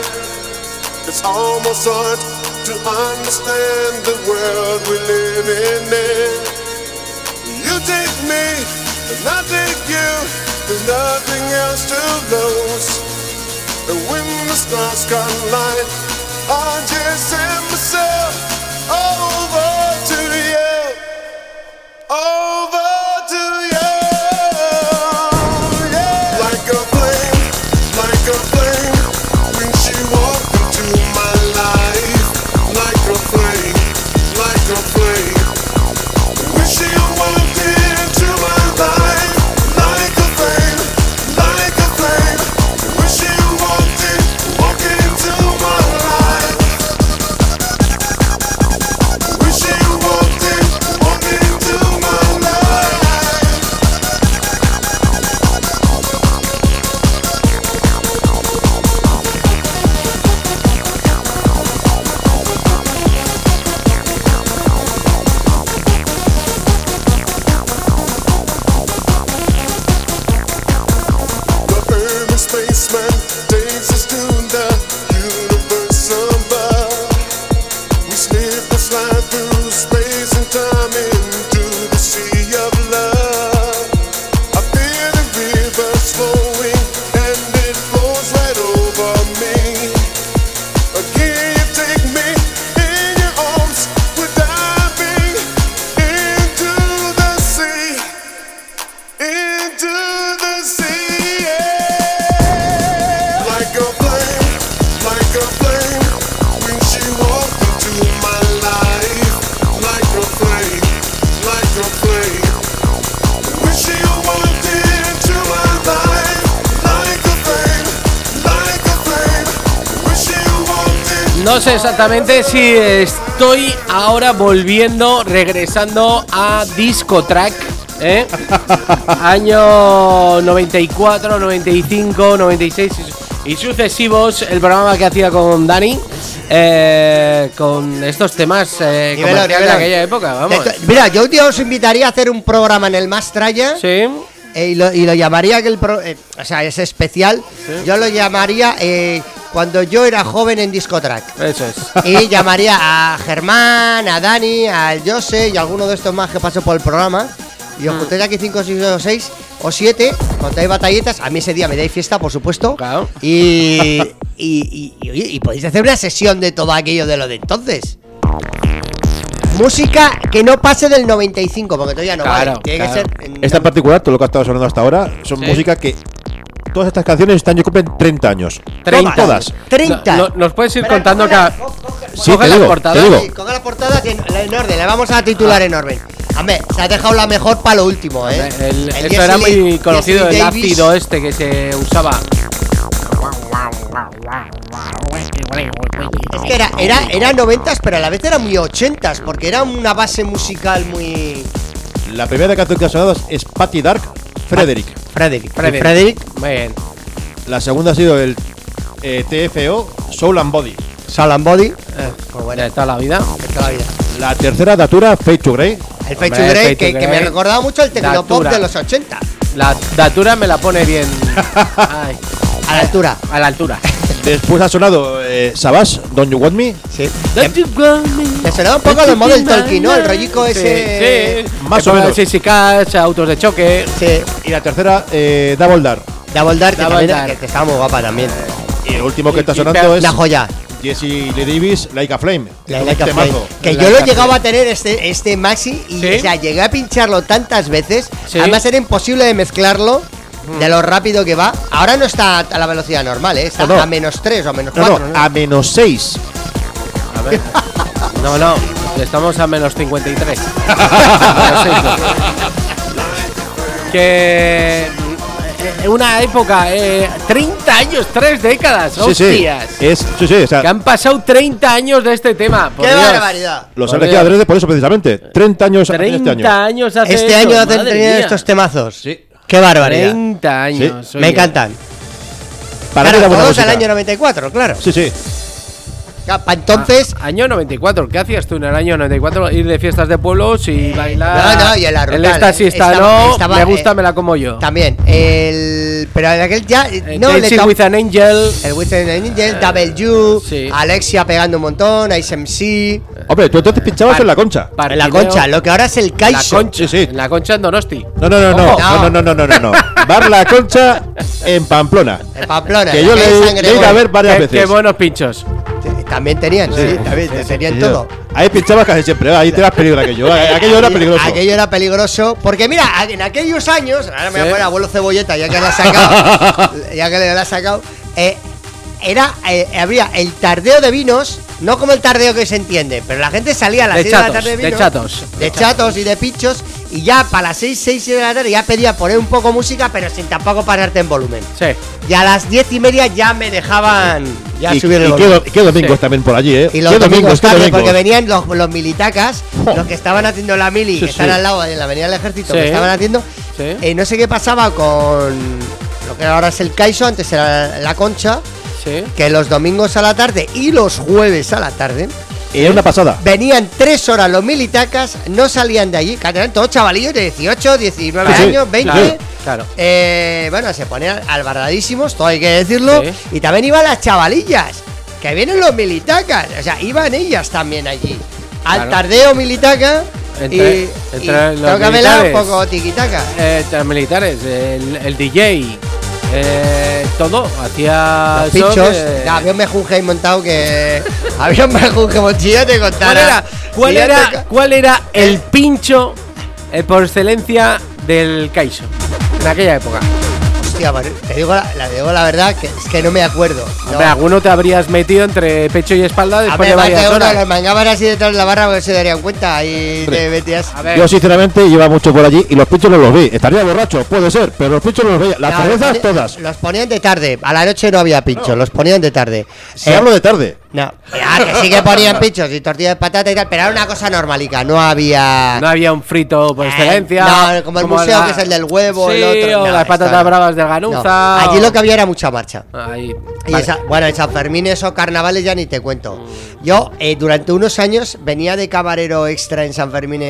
it's almost hard to understand the world we live in. You take me and I take you, there's nothing else to lose. And when the stars collide, I just send myself over to you, over to you. No sé exactamente si estoy ahora regresando a Discotrack, año 94, 95, 96 y sucesivos, el programa que hacía con Dani, con estos temas comerciales de aquella época, vamos. Mira, yo un día os invitaría a hacer un programa en el Mastraya. Sí. Y lo llamaría o sea, es especial. ¿Sí? Yo lo llamaría cuando yo era joven en Discotrack. Eso es. Y llamaría a Germán, a Dani, al Jose y a alguno de estos más que pasó por el programa. Y os juntéis aquí 5, 6 o 7, contáis batallitas. A mí ese día me dais fiesta, por supuesto. Claro. Y podéis hacer una sesión de todo aquello de lo de entonces. música que no pase del 95, porque todavía no Claro, vale. Tiene claro. que ser. Esta en particular, todo lo que ha estado sonando hasta ahora, son Sí. música que. Todas estas canciones este año cumplen 30 años. 30. Todas. 30. Nos puedes ir Espera, contando coge la- que. Sí, coge te la digo, portada. te digo. Sí, coge la portada en orden, le vamos a titular en orden. Hombre, se ha dejado la mejor para lo último, ¿eh? Eso era muy conocido, el Jesse Davis. ácido este que se usaba. Es que era 90s, pero a la vez era muy 80s, porque era una base musical muy. La primera canción que ha sonado es Patty Dark, Frederick. Frederick. Muy bien. La segunda ha sido el TFO, Soul and Body. Soul and Body. Pues bueno, De toda la vida. de toda la vida. La tercera, Datura, Fade to Grey. El Fade to Hombre, Grey, Fade to que me Grey. recordaba mucho el tecnopop Datura. de los 80. La datura me la pone bien. Ay, A la altura. a la altura. Después ha sonado Savage, Don't You Want Me. Sí. Me sonaba un poco a los Model Talking, ¿no? El rollico ese. Sí, Más que o pongan menos. Sissy Catch, autos de choque. Sí. Y la tercera, Double Dark. Double Dark, que Double también Dark. que estaba muy guapa también. Y el último que está Y- sonando es Una joya. Jesse Lee Davis, Like a Flame. La Un Like a temazo. Flame. Que Like yo lo a llegaba Flame. a tener este maxi y ¿Sí? o sea, llegué a pincharlo tantas veces. ¿Sí? Además era imposible de mezclarlo de lo rápido que va. Ahora no está a la velocidad normal, está No, no. a -3 o a No, -4. no, a -6. A ver. No, estamos a menos 53. Que. Una época, 30 años, 3 décadas, Sí, sí. hostias. Sí, o sea, Que han pasado 30 años de este tema. por ¡Qué Dios. barbaridad! los Por han elegido Dios. adrede por eso precisamente. 30 años hace 30 este año. años hace Este esto, año hacen madre tener mía. estos temazos. Sí. ¡Qué barbaridad! 30 años. Sí. oye. Me encantan. Para Claro, mí era buena todos al música. año 94, claro. Sí, sí. Pa' entonces. Año 94, ¿qué hacías tú en el año 94? Ir de fiestas de pueblos y bailar. No, y en la ruta. El esta sí está, no. Me gusta, me la como yo. También. Pero en aquel ya. No, Dancing le with an Angel. el With an Angel, W, sí. Alexia pegando un montón, Ice MC. Hombre, tú entonces pinchabas Par- en la concha. En la Partideo. concha, lo que ahora es el La Kaiso. concha. Sí, sí. En la concha en Donosti. No. No. Bar La Concha en Pamplona. En Pamplona. Que yo en le San he ido a ver varias Qué veces. buenos pinchos. También tenían, sí, también tenían Sí, todo. ahí pinchabas casi siempre, ahí te das peligro aquello. Aquello era peligroso. Aquello era peligroso. Porque mira, en aquellos años, ahora me voy a Sí. poner abuelo cebolleta, ya que la ha sacado. Ya que le la ha sacado. Había el tardeo de vinos, no como el tardeo que se entiende, pero la gente salía a las De 6 de la chatos, tarde de de vinos. chatos. De chatos y de pinchos. Y ya para las 6 de la tarde ya pedía poner un poco música, pero sin tampoco pararte en volumen. Sí. Y a las 10:30 ya me dejaban ya Y, subir el y volumen. qué domingos Sí. también por allí, ¿eh? Y los Qué domingos qué tarde, domingos. porque venían los militacas, los que estaban haciendo la mili, Sí, que están sí. al lado de la avenida del ejército, Sí. que estaban haciendo. Sí. No sé qué pasaba con lo que ahora es el Kaiso, antes era la Concha, Sí. que los domingos a la tarde y los jueves a la tarde Y era una pasada. venían 3 horas los militacas, no salían de allí, que eran todos chavalillos de 18, 19 Sí, sí, años, 20. Claro. Bueno, se ponían albarradísimos, todo hay que decirlo. Sí. Y también iban las chavalillas, que vienen los militacas. O sea, iban ellas también allí. Al Claro. tardeo militaca. Entre y los tengo que velar un militares. poco tiquitaca. Los militares, el DJ, todo, hacía Los eso pinchos. que- Ya, había un mejunje ahí montado que. Había un mejunje montado, te contara. ¿Cuál era el pincho por excelencia del Kaiso en aquella época? Hostia, pues, te digo la verdad, que es que no me acuerdo. No. Hombre, alguno te habrías metido entre pecho y espalda A después ver, de más varias de uno horas. los mangaban así detrás de la barra porque se darían cuenta y te metías. A ver, Yo sinceramente iba mucho por allí y los pinchos no los vi. Estaría borracho, puede ser, pero los pinchos no los veía. Las No, cervezas todas. Los ponían de tarde. A la noche no había pinchos, los ponían de tarde. Si hablo de tarde. No, que sí que ponían pinchos y tortillas de patata y tal, pero era una cosa normalica, no había. no había un frito por excelencia. No, como el museo, que es el del huevo, sí, el otro. o No, las esto patatas no. bravas del No. Ganuza. Allí lo que había era mucha marcha. Ahí, Y vale. bueno, en San Fermín o carnavales ya ni te cuento. Yo, durante unos años, venía de camarero extra en San Fermín,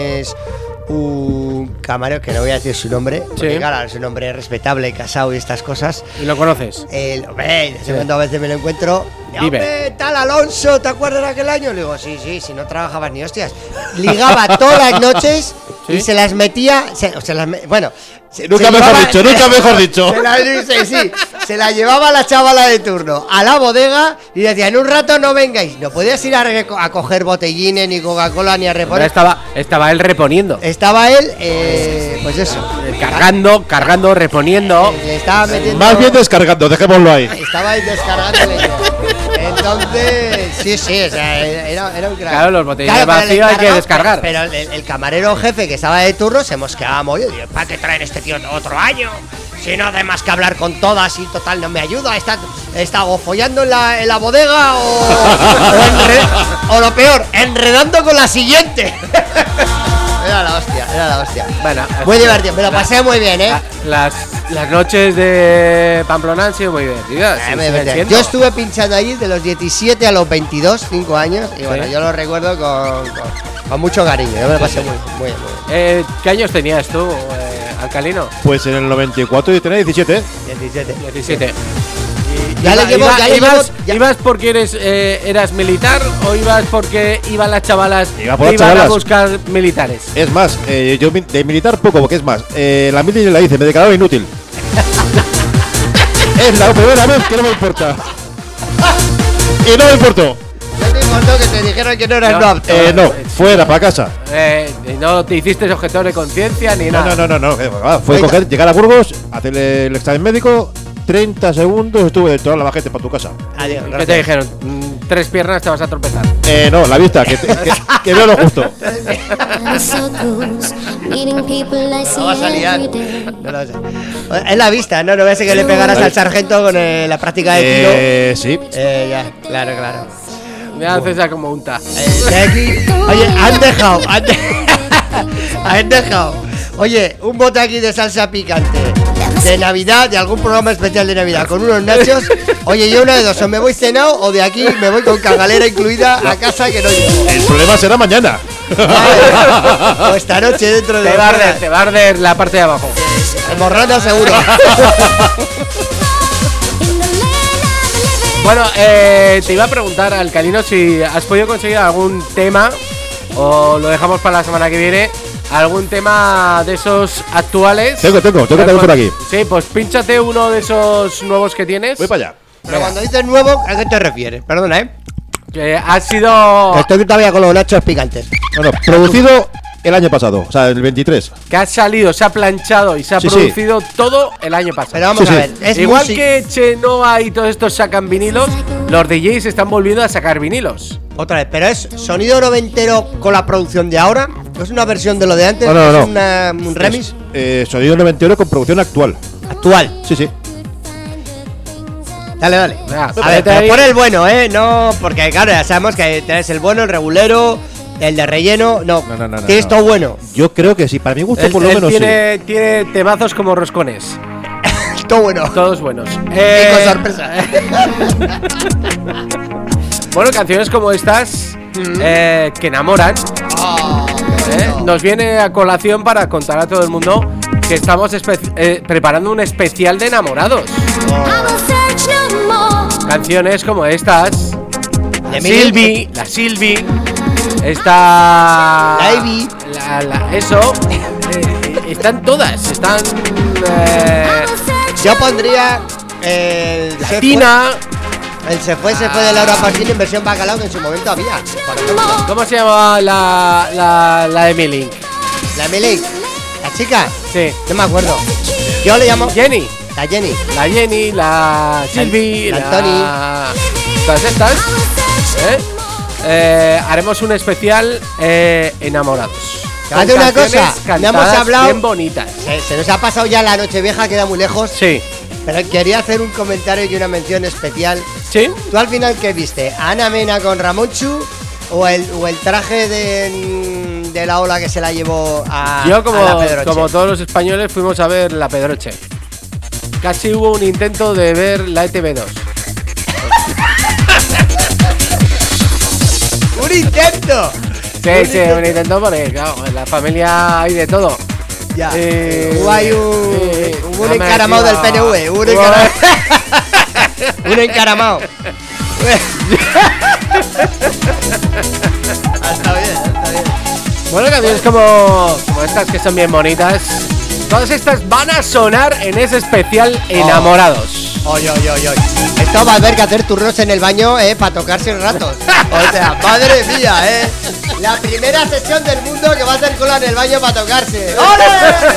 un camarero que no voy a decir su nombre, porque Sí. claro, es un hombre respetable, casado y estas cosas. ¿Y lo conoces? Hombre, de segundo a veces me lo encuentro. Vive. Hombre, tal Alonso, ¿te acuerdas de aquel año? Le digo, sí, si no trabajabas ni hostias. Ligaba todas las noches y ¿Sí? se las metía. Bueno. Nunca mejor dicho, nunca mejor dicho. Se se la llevaba la chavala de turno a la bodega y decía, en un rato no vengáis. No podías ir a coger botellines, ni Coca-Cola, ni a reponer. Estaba él reponiendo. Estaba él, pues eso. Cargando, reponiendo. Le estaba metiendo... Más bien descargando, dejémoslo ahí. Estaba ahí descargándole. Entonces, sí, o sea, era un crack. Claro, los botellines vacíos hay que descargar. Pero el camarero jefe que estaba de turno se mosqueaba muy. ¿Para qué traen este tío otro año? Si no hace más que hablar con todas y total no me ayuda. Está o follando en la bodega o lo peor, enredando con la siguiente. Era la hostia. Bueno, muy divertido, me lo pasé muy bien, Las noches de Pamplona han sido muy divertidas. Yo estuve pinchando allí de los 17 a los 22, 5 años. Y bueno, yo lo recuerdo con mucho cariño. Yo me lo pasé muy bien. ¿Qué años tenías tú, Alcalino? Pues en el 94 yo tenía 17. 17. ¿Ibas porque eras militar o ibas porque iban las chavalas a buscar militares? Es más, yo de militar poco, porque es más, la mili la hice, me declaraba inútil. Es la primera vez que no me importa. Y no me importó. ¿No te importó que te dijeron que no eras apto? No, fuera, para casa. No te hiciste objetor de conciencia ni nada. No. Fue llegar a Burgos, hacer el examen médico. 30 segundos estuve de toda la gente para tu casa. Adiós. ¿Qué te dijeron? 3 piernas te vas a tropezar. No, la vista, que veo lo justo. No vas a liar. No lo sé. Es la vista, ¿no? No voy a ser que le pegaras al sargento con la práctica de tiro. Sí. Ya, claro. Me haces a como unta. Oye, han dejado. Oye, un bote aquí de salsa picante de Navidad, de algún programa especial de Navidad, con unos nachos. Oye, yo una de dos, o me voy cenado o de aquí me voy con cagalera incluida a casa que no llego. El problema será mañana. O esta noche dentro de... Te va a arder la parte de abajo. Hemorrana seguro. Bueno, te iba a preguntar, Alcalino, si has podido conseguir algún tema, o lo dejamos para la semana que viene, algún tema de esos actuales. Tengo por aquí. Sí, pues pínchate uno de esos nuevos que tienes. Voy para allá. Pero cuando dices nuevo, ¿a qué te refieres? Perdona, Que ha sido... Estoy todavía con los nachos picantes. Bueno, producido el año pasado, o sea, el 23. Que ha salido, se ha planchado y se ha producido todo el año pasado. Pero vamos a ver, igual que Chenoa y todos estos sacan vinilos, los DJs están volviendo a sacar vinilos. Otra vez, pero es sonido noventero con la producción de ahora. ¿No es una versión de lo de antes? No. ¿Es un remix? Sonido noventero con producción actual. ¿Actual? Sí. Dale. A ver, pero pon el bueno, no, porque claro, ya sabemos que tenés el bueno, el regulero, el de relleno. No. Tienes todo bueno. Yo creo que sí, para mi gusto por lo menos tiene temazos como roscones. Todo bueno. Todos buenos. Y con sorpresa. Bueno, canciones como estas que enamoran. Nos viene a colación para contar a todo el mundo que estamos preparando un especial de enamorados. Canciones como estas. La Silvi. Esta. La Ivy. Eso. Están todas. Están. Yo pondría. La Tina. El se fue de Laura Pausini en versión bacalao, que en su momento había. ¿Cómo se llama la de Milink? ¿La Milink? ¿La chica? Sí. No me acuerdo. Yo le llamo Jenny. La Jenny. La Jenny, la Silvi, la Tony. Todas estas. Haremos un especial enamorados. Hace una cosa, no hemos hablado. Bien bonitas. Se nos ha pasado ya la Nochevieja, queda muy lejos. Sí. Pero quería hacer un comentario y una mención especial. ¿Sí? ¿Tú al final qué viste? ¿A Ana Mena con Ramonchu o el traje de la ola que se la llevó a Yo, a la Pedroche? como todos los españoles, fuimos a ver la Pedroche. Casi hubo un intento de ver la ETV2. ¡Un intento! Sí, un intento porque, claro, en la familia hay de todo. Ya. Hubo un encaramado del PNV. Un encaramado. Está bien. Bueno, canciones como estas que son bien bonitas. Todas estas van a sonar en ese especial Enamorados. Oye. Esto va a haber que hacer turnos en el baño, para tocarse ratos. O sea, madre mía, La primera sesión del mundo que va a hacer cola en el baño para tocarse. ¡Ole!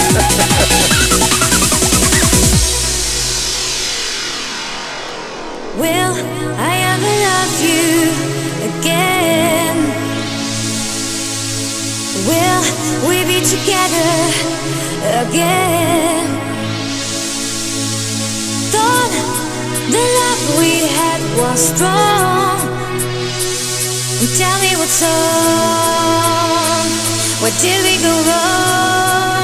Will I ever love you again? Will we be together again? Thought the love we had was strong. Tell me what's wrong. Where did we go wrong?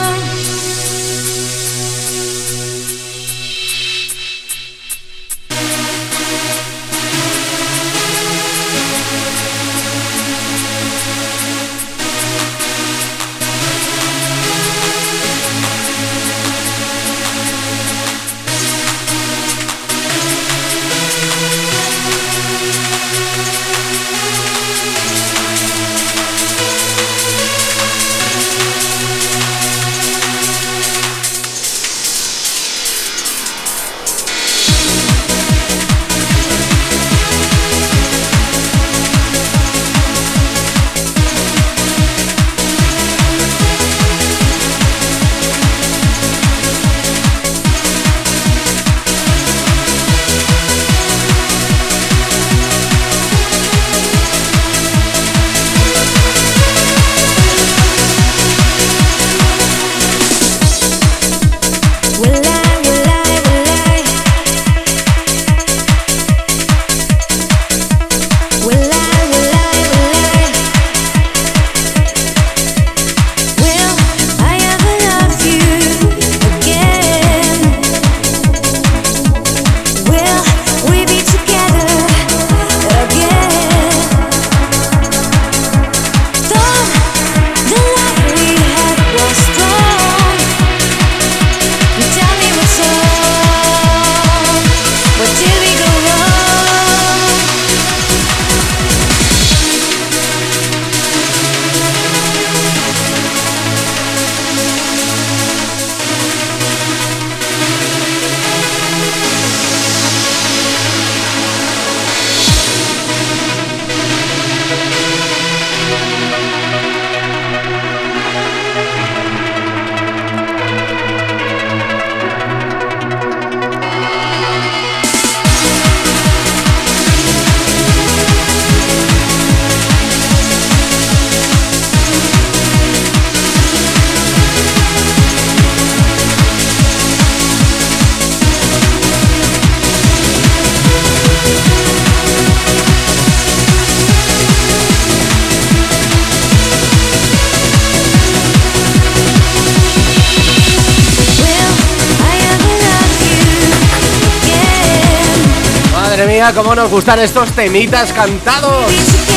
Cómo nos gustan estos temitas cantados.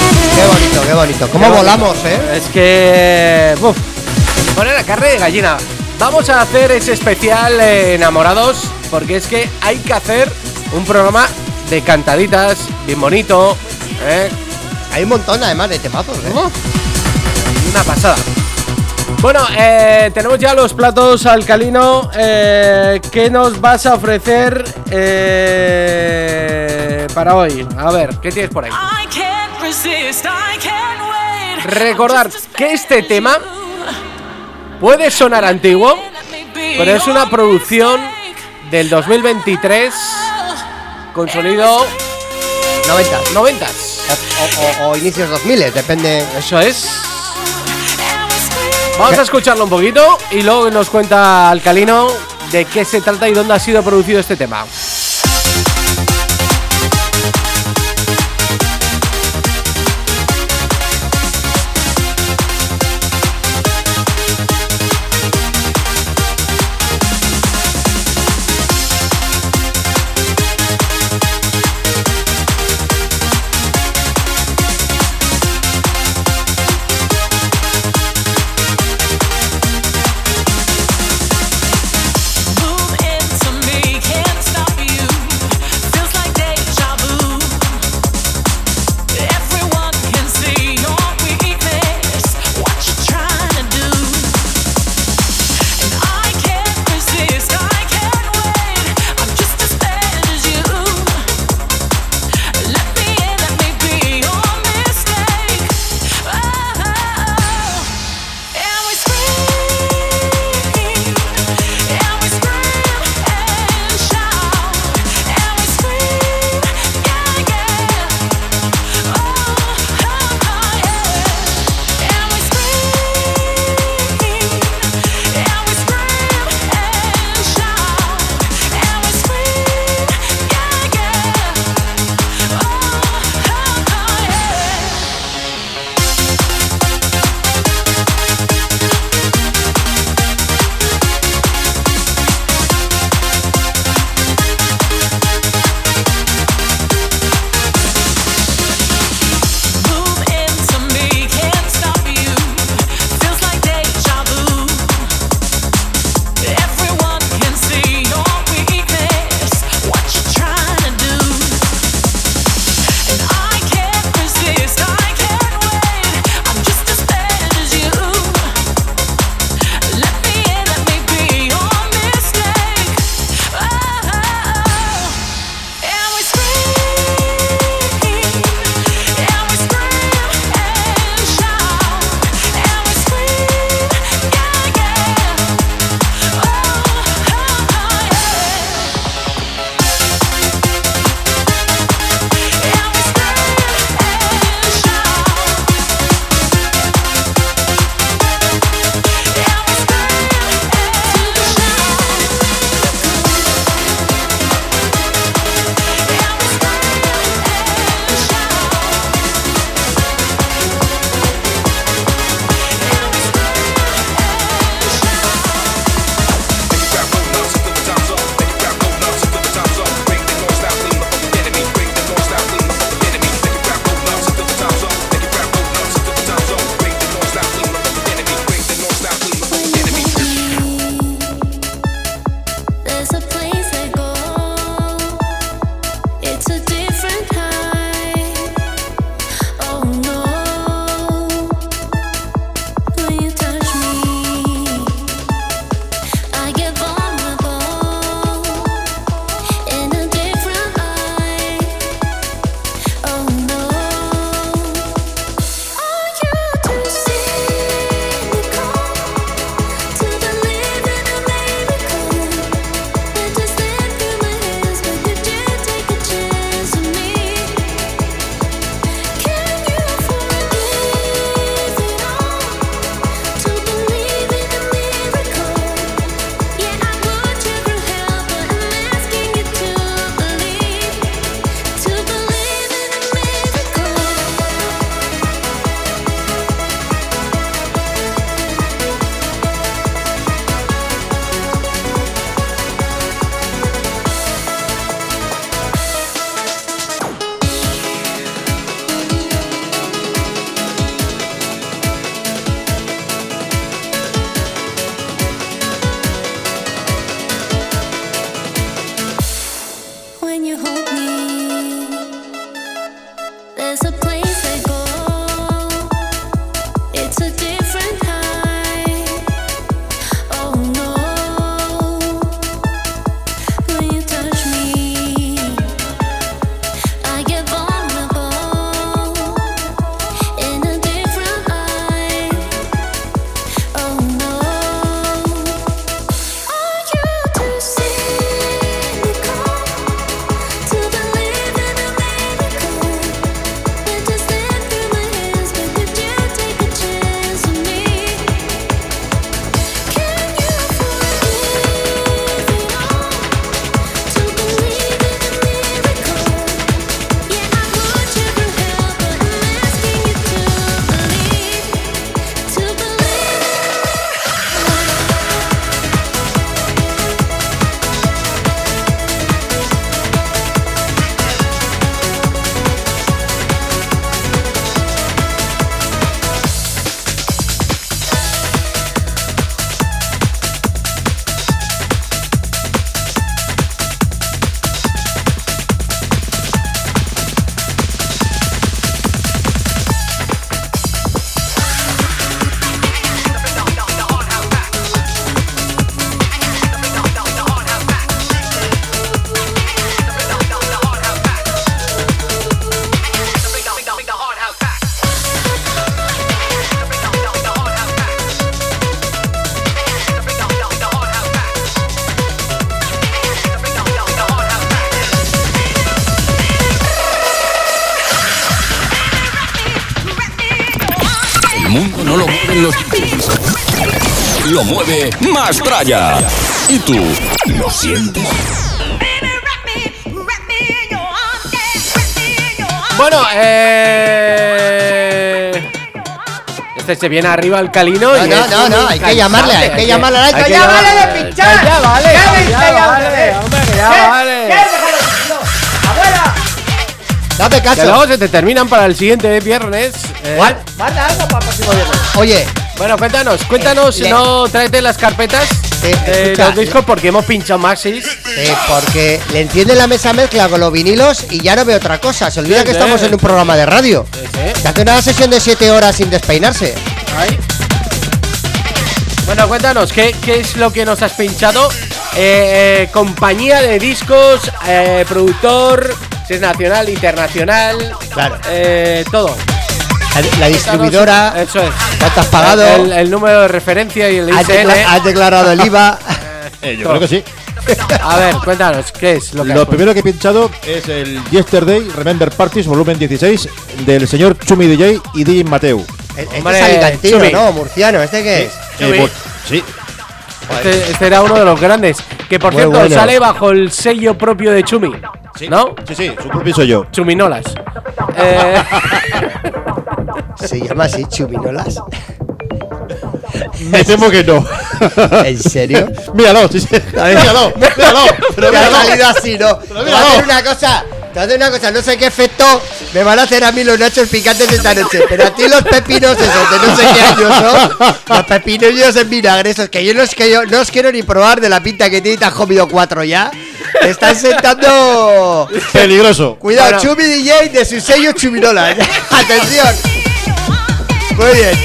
Qué bonito. Cómo volamos, Es que... Pone la carne de gallina. Vamos a hacer ese especial Enamorados, porque es que hay que hacer un programa de cantaditas, bien bonito. Hay un montón además de temazos, Una pasada. Bueno, tenemos ya los platos, Alcalino. ¿Qué nos vas a ofrecer para hoy? A ver, ¿qué tienes por ahí? Recordar que este tema puede sonar antiguo, pero es una producción del 2023 con sonido 90s. O inicios 2000, depende. Eso es. Vamos a escucharlo un poquito y luego nos cuenta Alcalino de qué se trata y dónde ha sido producido este tema. Move into me, can't stop you. El mundo no lo mueven los DJs. Lo mueve Mastraya. ¿Y tú lo sientes? Bueno, este se viene arriba el Calino. No, hay que llamarle, hay que llamarle. ¡Ya vale de pinchar! ¡Ya vale! ¡Ya vale! ¡Abuela! Date caso. Que luego se te terminan para el siguiente viernes. ¿Cuál? Manda algo para el próximo viernes. Oye. Bueno, cuéntanos, no tráete las carpetas de los discos porque hemos pinchado maxis. Porque le enciende la mesa mezcla con los vinilos y ya no ve otra cosa. Se olvida que estamos en un programa de radio. Se hace una sesión de 7 horas sin despeinarse. Ay. Bueno, cuéntanos, ¿qué es lo que nos has pinchado? Compañía de discos, productor, si es nacional, internacional. Claro. Todo. La distribuidora. Eso es. ¿Cuánto has pagado? El número de referencia y el ISN. ¿Has declarado el IVA? Yo creo que sí. A ver, cuéntanos, ¿qué es lo que Lo primero que he pinchado es el Yesterday Remember Parties volumen 16 del señor Chumi DJ y DJ Mateu. Este es alicantino, ¿no? Murciano. ¿Este qué es? Sí. Este era uno de los grandes. Que por cierto sale bajo el sello propio de Chumi. Sí. ¿No? Sí, su propio soy yo. Chuminolas. ¿Se llama así, Chuminolas? Me temo que no. ¿En serio? Míralo, sí. Míralo. Pero me ha salido así, ¿no? Te voy a hacer una cosa, no sé qué efecto me van a hacer a mí los nachos picantes esta noche, pero a ti los pepinos esos de no sé qué años, ¿no? Los pepinillos en vinagre, esos que yo no os quiero ni probar de la pinta que tiene y te has comido 4 ya. Te están sentando peligroso. Cuidado, bueno. Chumi DJ de su sello Chuminola. Atención. Muy bien.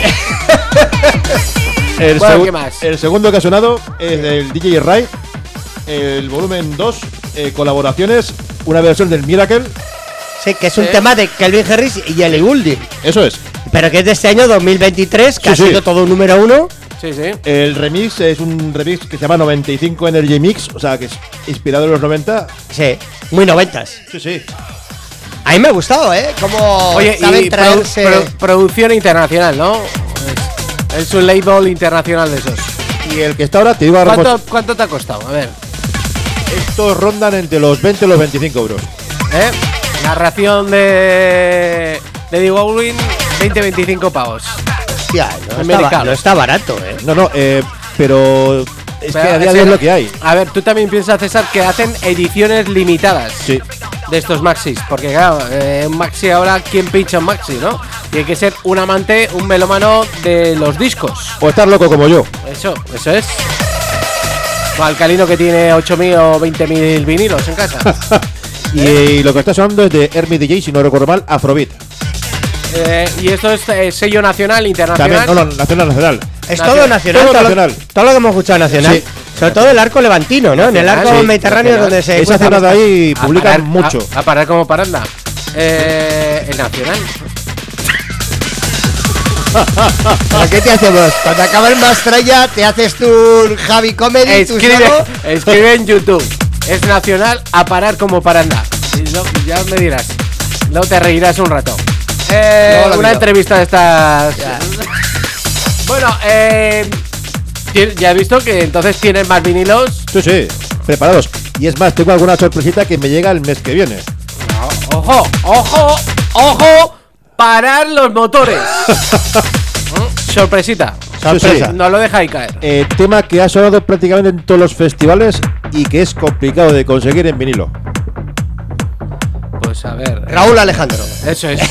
¿Qué más? El segundo que ha sonado es el DJ Ray, el volumen 2, colaboraciones, una versión del Miracle. Sí, que es un tema de Calvin Harris y Ellie Goulding. Eso es. Pero que es de este año 2023, que ha sido todo un número 1. Sí. El remix es un remix que se llama 95 Energy Mix, o sea que es inspirado en los 90. Sí, muy 90s. Sí. A mí me ha gustado, Como saben traerse. Producción internacional, ¿no? Es un label internacional de esos. Y el que está ahora, te digo ahora. ¿Cuánto te ha costado? A ver. Estos rondan entre los 20 y los 25 euros. Narración de Eddie Goulding, 20-25 pavos. Hostia, no está barato, No, pero es que a día de hoy es lo que hay. A ver, tú también piensas, César, que hacen ediciones limitadas. Sí. De estos maxis, porque claro, un maxi ahora, ¿quién pincha un maxi, no? Tiene que ser un amante, un melómano de los discos. O estar loco como yo. Eso es. O Alcalino que tiene 8.000 o 20.000 vinilos en casa. Y lo que está sonando es de Hermit DJ, si no recuerdo mal, Afrobeat. Y esto es sello nacional, internacional. También, nacional. Es todo nacional. Todo lo que hemos escuchado nacional. Sí. Sobre todo el arco levantino, ¿no? En el arco mediterráneo donde se. Esa zona de ahí publican mucho. A parar como paranda. El nacional. ¿Pero qué te hacemos? Cuando acaba el Mastraya, te haces tu Javi Comedy, escribe en YouTube. Es nacional a parar como paranda. Y ya me dirás. Luego te reirás un rato. Una entrevista de estas. Ya. Bueno, ya he visto que entonces tienes más vinilos. Sí, preparados. Y es más, tengo alguna sorpresita que me llega el mes que viene. ¡Ojo! ¡Parar los motores! Sorpresita. Sorpresa. No lo dejáis caer. Tema que ha sonado prácticamente en todos los festivales y que es complicado de conseguir en vinilo. Pues a ver. Raúl Alejandro. Eso es.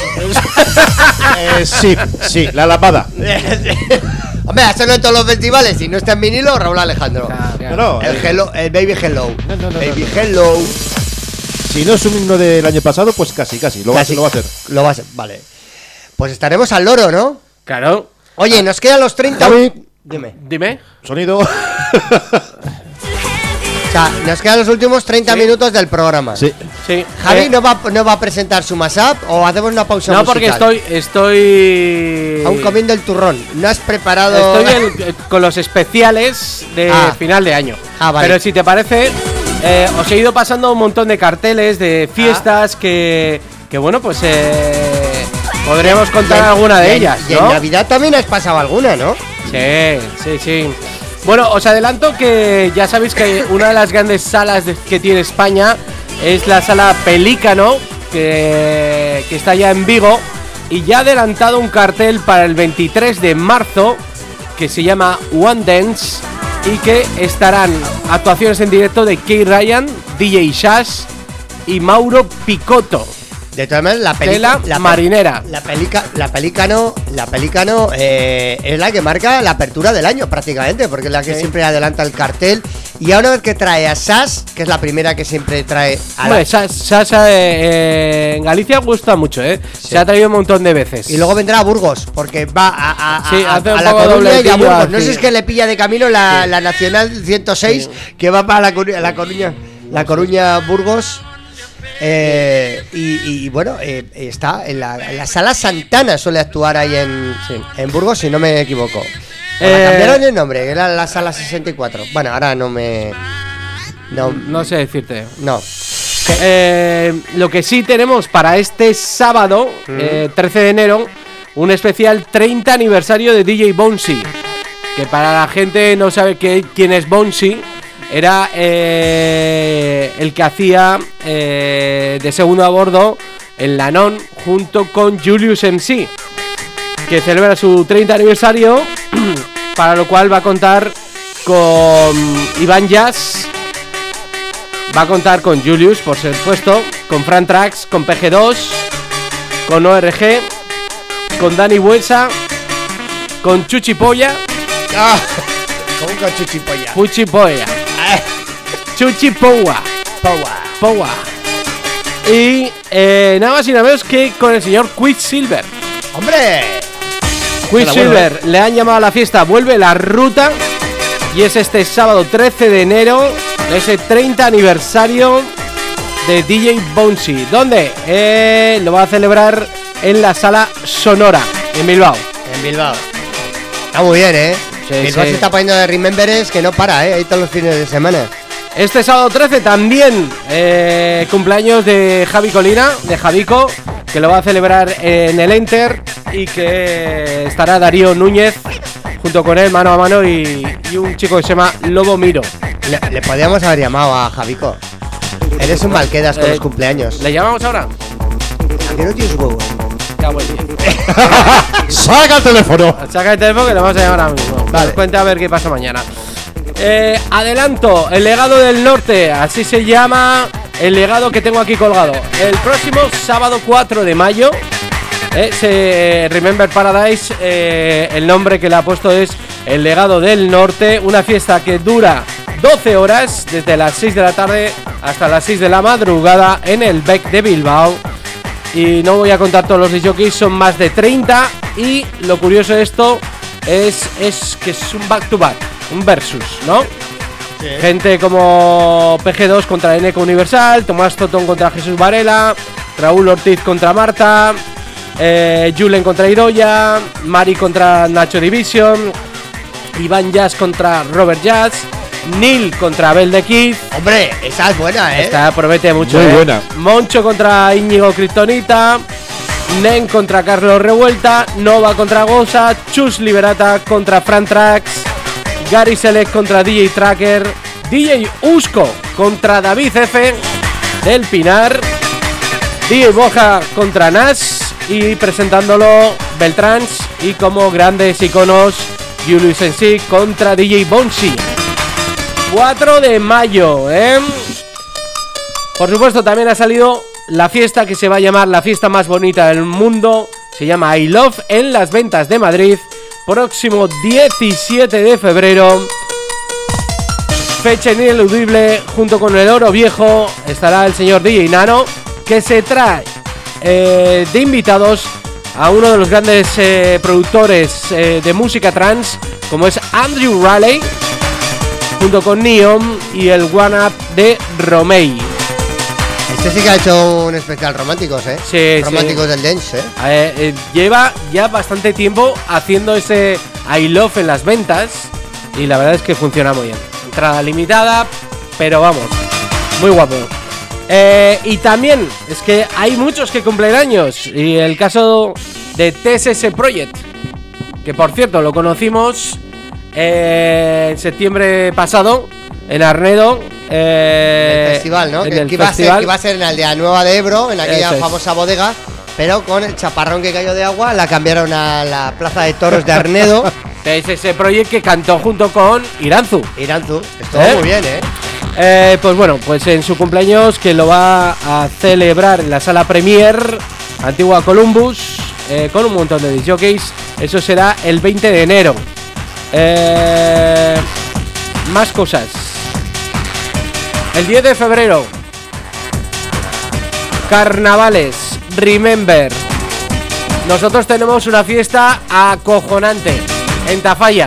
Sí, la lapada. Hombre, ha sonado en todos los festivales y no está en vinilo, Raúl Alejandro. No, el Baby Hello. No. Hello. Si no es un himno del año pasado, pues casi. Lo va a hacer. Lo va a hacer, vale. Pues estaremos al loro, ¿no? Claro. Oye, nos quedan los 30. Javi, Dime. Sonido. O sea, nos quedan los últimos 30 minutos del programa. Sí. Javi no va a presentar su mashup o hacemos una pausa musical. No, porque estoy aún comiendo el turrón. No has preparado. Estoy con los especiales de final de año. Vale. Pero si te parece, os he ido pasando un montón de carteles de fiestas que bueno, pues Podríamos contar alguna de ellas, y ¿no? en Navidad también has pasado alguna, ¿no? Sí. Bueno, os adelanto que ya sabéis que una de las grandes salas que tiene España es la sala Pelícano, que está ya en Vigo, y ya ha adelantado un cartel para el 23 de marzo que se llama One Dance, y que estarán actuaciones en directo de Kay Ryan, DJ Shash y Mauro Picotto. De todas maneras, la marinera. La Pelícano es la que marca la apertura del año prácticamente, porque es la que siempre adelanta el cartel. Y ahora vez que trae a Sash, que es la primera que siempre trae a Bueno, Sash en Galicia gusta mucho, ¿eh? Sí. Se ha traído un montón de veces. Y luego vendrá a Burgos, porque va a hace La un poco Coruña y a dobletillo Burgos. No así. sé si es que le pilla de camino la Nacional 106, que va para la Coruña Burgos. Y bueno, está en la Sala Santana, suele actuar ahí en Burgos, si no me equivoco. Cambiaron el nombre, era la Sala 64. Bueno, ahora no sé decirte. No. Lo que sí tenemos para este sábado, 13 de enero, un especial 30 aniversario de DJ Bouncy. Que para la gente no sabe quién es Bouncy, era el que hacía de segundo a bordo en la Non junto con Julius MC, que celebra su 30 aniversario, para lo cual va a contar con Iván Jazz, va a contar con Julius, por supuesto, con Fran Trax, con PG2, con ORG, con Dani Buesa, con Chuchi Polla. ¿Cómo con Chuchi Polla? Chuchi Polla. Chuchi Powa. Y nada más y nada menos que con el señor Quicksilver. ¡Hombre! Quicksilver le han llamado a la fiesta Vuelve la Ruta, y es este sábado 13 de enero, ese 30 aniversario de DJ Bouncy. ¿Dónde? Lo va a celebrar en la Sala Sonora, en Bilbao. Está muy bien, ¿eh? Sí, Bilbao se está poniendo de Rememberes que no para, ¿eh? Ahí todos los fines de semana. Este sábado 13 también cumpleaños de Javi Colina, de Javico, que lo va a celebrar en el Enter, y que estará Darío Núñez junto con él mano a mano, y un chico que se llama Lobo Miro. Le podríamos haber llamado a Javico. Eres un malquedas con los cumpleaños. ¿Le llamamos ahora? ¿A qué no tienes huevo? ¡Saca el teléfono! Saca el teléfono que lo vamos a llamar ahora mismo. Vale. Cuenta a ver qué pasa mañana. Adelanto, el legado del norte, así se llama el legado que tengo aquí colgado. El próximo sábado 4 de mayo, Remember Paradise, el nombre que le ha puesto es el legado del norte, una fiesta que dura 12 horas, desde las 6 de la tarde hasta las 6 de la madrugada en el Bec de Bilbao. Y no voy a contar todos los jockeys, son más de 30, y lo curioso de esto es que es un back to back, un versus, ¿no? Sí. Gente como PG2 contra Eneco Universal, Tomás Totón contra Jesús Varela, Raúl Ortiz contra Marta, Julen contra Idoya, Mari contra Nacho Division, Iván Jazz contra Robert Jazz, Neil contra Abel de Kid. Hombre, esa es buena, ¿eh? Esta promete mucho, muy buena. Moncho contra Íñigo Kryptonita, Nen contra Carlos Revuelta, Nova contra Goza, Chus Liberata contra Fran Trax, Gary Select contra DJ Tracker, DJ Usco contra David F del Pinar, DJ Boja contra Nash, y presentándolo Beltrans, y como grandes iconos Julius MC contra DJ Bouncy. 4 de mayo, Por supuesto, también ha salido la fiesta que se va a llamar la fiesta más bonita del mundo. Se llama I Love en Las Ventas de Madrid. Próximo 17 de febrero. Fecha ineludible. Junto con el Oro Viejo estará el señor DJ Nano, que se trae de invitados a uno de los grandes productores de música trance, como es Andrew Raleigh, junto con Neon y el One Up de Romey. Este sí que ha hecho un especial románticos, ¿eh? Sí, románticos del dance, ¿eh? Lleva ya bastante tiempo haciendo ese I Love en Las Ventas, y la verdad es que funciona muy bien. Entrada limitada, pero vamos, muy guapo. Y también es que hay muchos que cumplen años, y el caso de TSS Project, que por cierto lo conocimos en septiembre pasado en Arnedo. El festival, ¿no? Que iba a ser en la aldea nueva de Ebro, en aquella famosa bodega, pero con el chaparrón que cayó de agua la cambiaron a la plaza de toros de Arnedo. TSS Project, que cantó junto con Iranzu. Estuvo muy bien, Pues bueno, pues en su cumpleaños, que lo va a celebrar en la sala Premier Antigua Columbus, con un montón de disc jockeys. Eso será el 20 de enero. Más cosas. El 10 de febrero, carnavales, Remember. Nosotros tenemos una fiesta acojonante en Tafalla.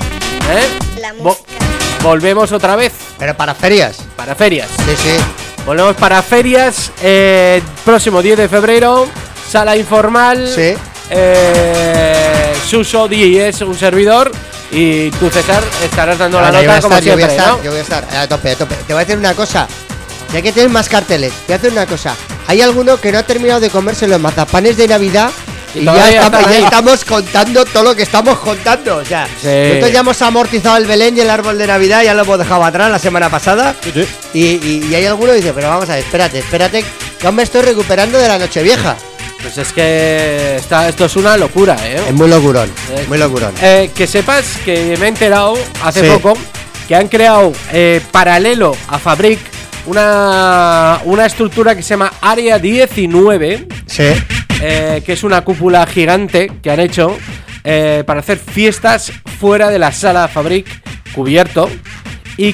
Volvemos otra vez. Pero para ferias. Para ferias. Sí. Volvemos para ferias. Próximo 10 de febrero, sala informal. Sí. Suso es un servidor. Y tú, César, estarás dando la nota como siempre, yo voy a estar a tope. Te voy a decir una cosa. Ya que tienes más carteles, te voy a hacer una cosa. Hay alguno que no ha terminado de comerse los mazapanes de Navidad y ya estamos contando todo lo que estamos contando. O sea, nosotros ya hemos amortizado el Belén y el árbol de Navidad, ya lo hemos dejado atrás la semana pasada. Sí. Y hay alguno que dice, pero vamos a ver, espérate, que aún me estoy recuperando de la Nochevieja. Pues es que esto es una locura, Es muy locurón, muy locurón. Que sepas que me he enterado hace poco que han creado paralelo a Fabric una estructura que se llama Área 19. Sí. Que es una cúpula gigante que han hecho para hacer fiestas fuera de la sala Fabric cubierto. Y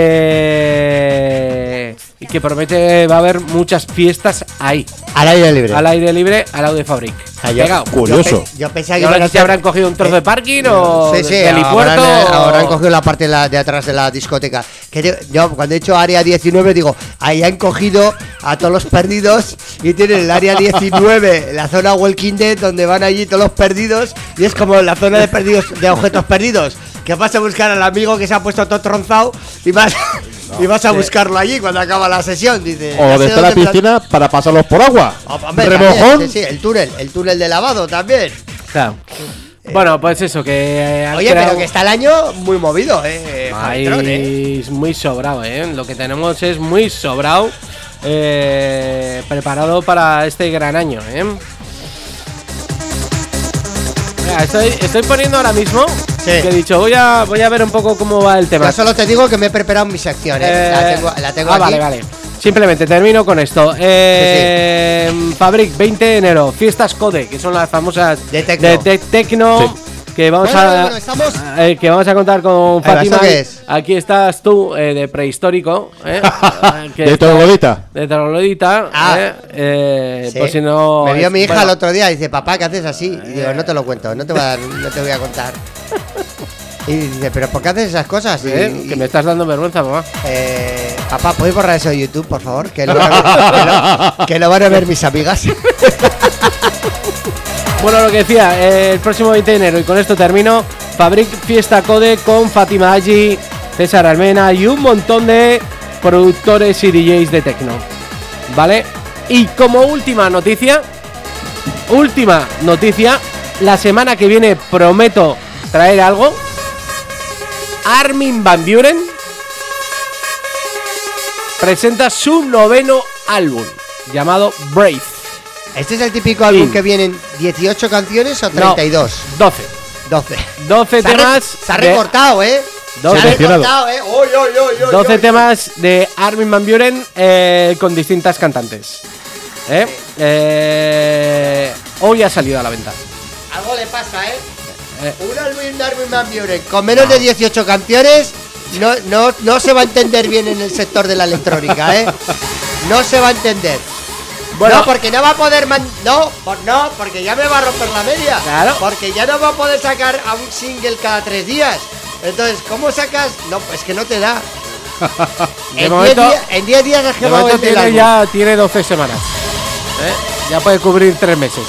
que promete va a haber muchas fiestas ahí. Al aire libre. Al aire libre, al lado de Fabric. Pegado. Curioso. Yo pensaba que no sé si habrán cogido un trozo de parking o sí, de helipuerto. Habrán cogido la parte de atrás de la discoteca. Que yo cuando he dicho área 19 digo, ahí han cogido a todos los perdidos y tienen el área 19, la zona Walking Dead, donde van allí todos los perdidos, y es como la zona de perdidos, de objetos perdidos, que vas a buscar al amigo que se ha puesto todo tronzado y vas a buscarlo allí cuando acaba la sesión. Dice, o desde la piscina para pasarlos por agua. Remojón. También, sí, el túnel de lavado también. Claro. Bueno, pues eso, que oye, pero que está el año muy movido, Es muy sobrado, Lo que tenemos es muy sobrado, preparado para este gran año, Mira, estoy poniendo ahora mismo, que he dicho, voy a ver un poco cómo va el tema. Yo solo te digo que me he preparado mi sección, la tengo aquí. Vale. Simplemente termino con esto. Fabric, 20 de enero, fiestas Code, que son las famosas de Tecno. Que vamos que vamos a contar con Fátima. ¿Qué es? Aquí estás tú, de prehistórico, de troglodita. De troglodita. Sí. Pues si no. Me vio mi hija el otro día y dice, papá, ¿qué haces así? Y digo, no te lo cuento, no te voy a contar. Y dice, ¿pero por qué haces esas cosas? Que me estás dando vergüenza, mamá. Papá, ¿puedes borrar eso de YouTube, por favor? Que lo van a ver mis amigas. Bueno, lo que decía, el próximo 20 de enero, y con esto termino, Fabric Fiesta Code con Fátima Agi, César Almena y un montón de productores y DJs de techno, ¿vale? Y como última noticia, la semana que viene prometo traer algo. Armin van Buuren presenta su 9º álbum, llamado Brave. ¿Este es el típico álbum que vienen 18 canciones o 32? No, 12 temas. Se ha recortado, 12 temas de Armin van Buuren con distintas cantantes. Hoy ha salido a la venta. Algo le pasa, un álbum de Armin van Buuren con menos de 18 canciones no se va a entender bien en el sector de la electrónica, No se va a entender. Bueno, no, porque no va a poder porque ya me va a romper la media. Claro. Porque ya no va a poder sacar a un single cada 3 días. Entonces, ¿cómo sacas? No, pues que no te da. En 10 días es que va a vender. Ya tiene 12 semanas. Ya puede cubrir 3 meses.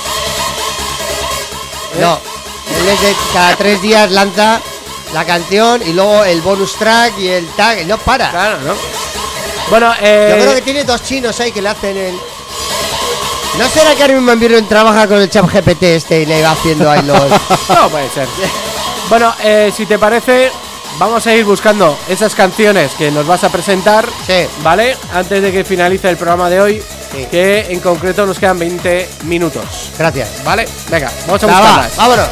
No, él es de cada 3 días lanza la canción y luego el bonus track y el tag. No para. Claro, ¿no? Bueno, yo creo que tiene 2 chinos ahí que le hacen el. ¿No será que Armin van Buuren trabaja con el chat GPT y le va haciendo ahí los... No puede ser. Bueno, si te parece, vamos a ir buscando esas canciones que nos vas a presentar, sí, ¿vale? Antes de que finalice el programa de hoy, sí, que en concreto nos quedan 20 minutos. Gracias. ¿Vale? Venga, vamos a buscarlas. Vámonos.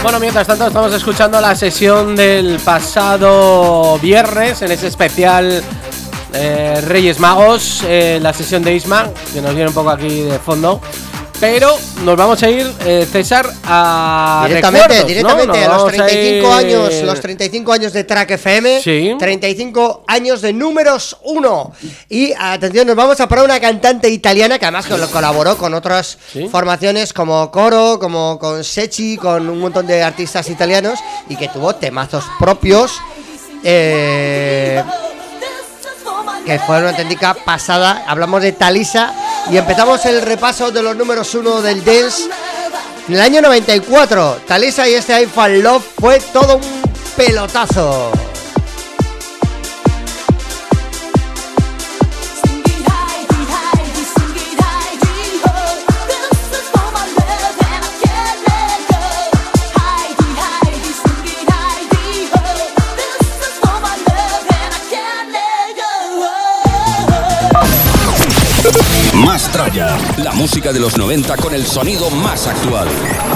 Bueno, mientras tanto estamos escuchando la sesión del pasado viernes en ese especial Reyes Magos, la sesión de Isma, que nos viene un poco aquí de fondo. Pero nos vamos a ir, César, a directamente ¿no? a los 35 años de Track FM, sí. 35 años de números 1. Y atención, nos vamos a poner una cantante italiana que además colaboró con otras formaciones como Coro, como con Secchi, con un montón de artistas italianos y que tuvo temazos propios. Que fue una auténtica pasada. Hablamos de Thalisa y empezamos el repaso de los números 1 del dance. En el año 94, Thalisa y este I Fall Love fue todo un pelotazo. Más Tralla, la música de los 90 con el sonido más actual.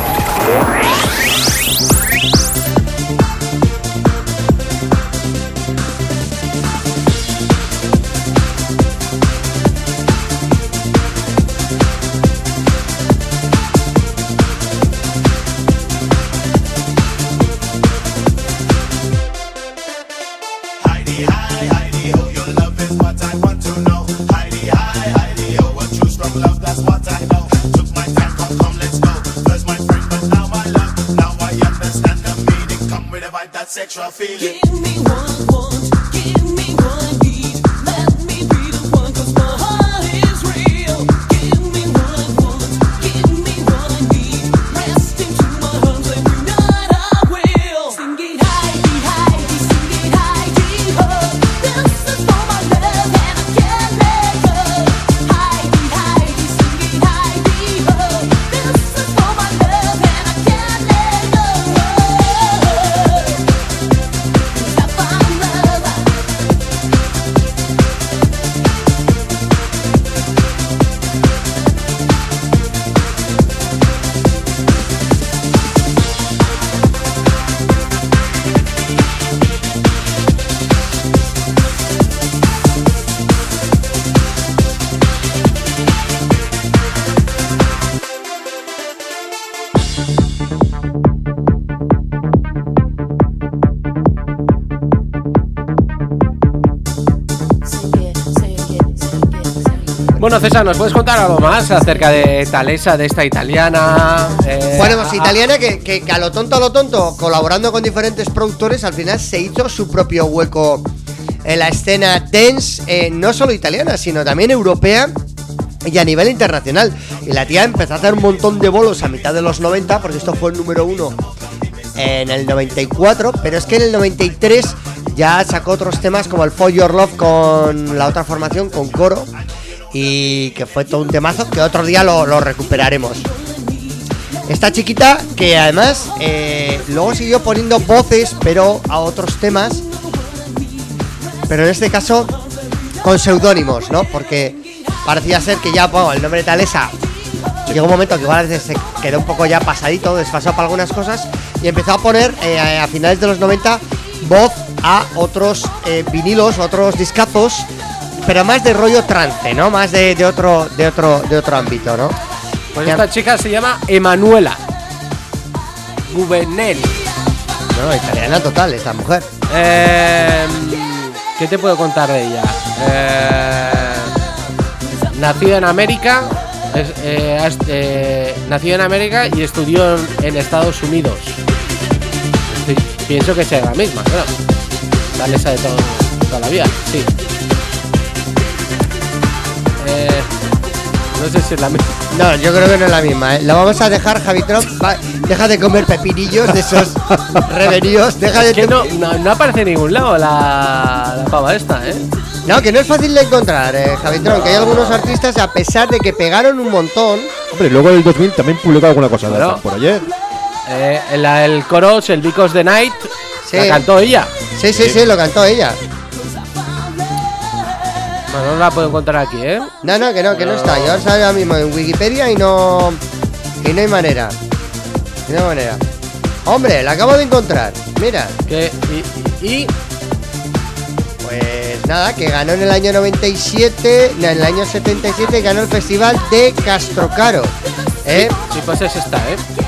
Sexual feeling. Give me one want, give me one need. Let me be the one, 'cause my heart is real. Give me one want, give me one need. Rest into my arms every night I will. Sing it high, sing it high, this is for my love and I can't let go. High, sing it high, this is for my love and I can't let go. Bueno, César, ¿nos puedes contar algo más acerca de Thalisa, de esta italiana? Bueno, pues italiana que a lo tonto, colaborando con diferentes productores, al final se hizo su propio hueco en la escena dance, no solo italiana, sino también europea y a nivel internacional. Y la tía empezó a hacer un montón de bolos a mitad de los 90, porque esto fue el número 1 en el 94, pero es que en el 93 ya sacó otros temas como el For Your Love con la otra formación, con Coro, y que fue todo un temazo que otro día lo recuperaremos. Esta chiquita que además luego siguió poniendo voces, pero a otros temas, pero en este caso con seudónimos, ¿no? Porque parecía ser que ya, bueno, el nombre de Thalisa llegó un momento que igual a veces se quedó un poco ya pasadito, desfasado para algunas cosas, y empezó a poner a finales de los 90 voz a otros vinilos, otros discazos, pero más de rollo trance, ¿no? Más de otro ámbito, ¿no? Pues esta chica se llama Emanuela Gubernelli. No, italiana total, esta mujer. ¿Qué te puedo contar de ella? Nacida en América, y estudió en Estados Unidos. Pienso que sea la misma, claro. Thalisa de toda la vida, sí. No sé si es la misma. No, yo creo que no es la misma, ¿eh? La vamos a dejar, Javitron. Deja de comer pepinillos de esos revenidos. Deja es que no aparece en ningún lado la pava esta, ¿eh? No, que no es fácil de encontrar, Javitron. Que hay algunos artistas, a pesar de que pegaron un montón. Hombre, luego en el 2000 también publicó alguna cosa de por ayer. El Coros, el Because the Night, sí. La cantó ella. Sí, lo cantó ella. Bueno, no la puedo encontrar aquí, ¿eh? No, que no está. Yo ahora mismo en Wikipedia y no hay manera. No hay manera. Hombre, la acabo de encontrar. Mira. Y pues nada, que ganó en el año 97, no, en el año 77 ganó el festival de Castrocaro. Sí, pues es esta,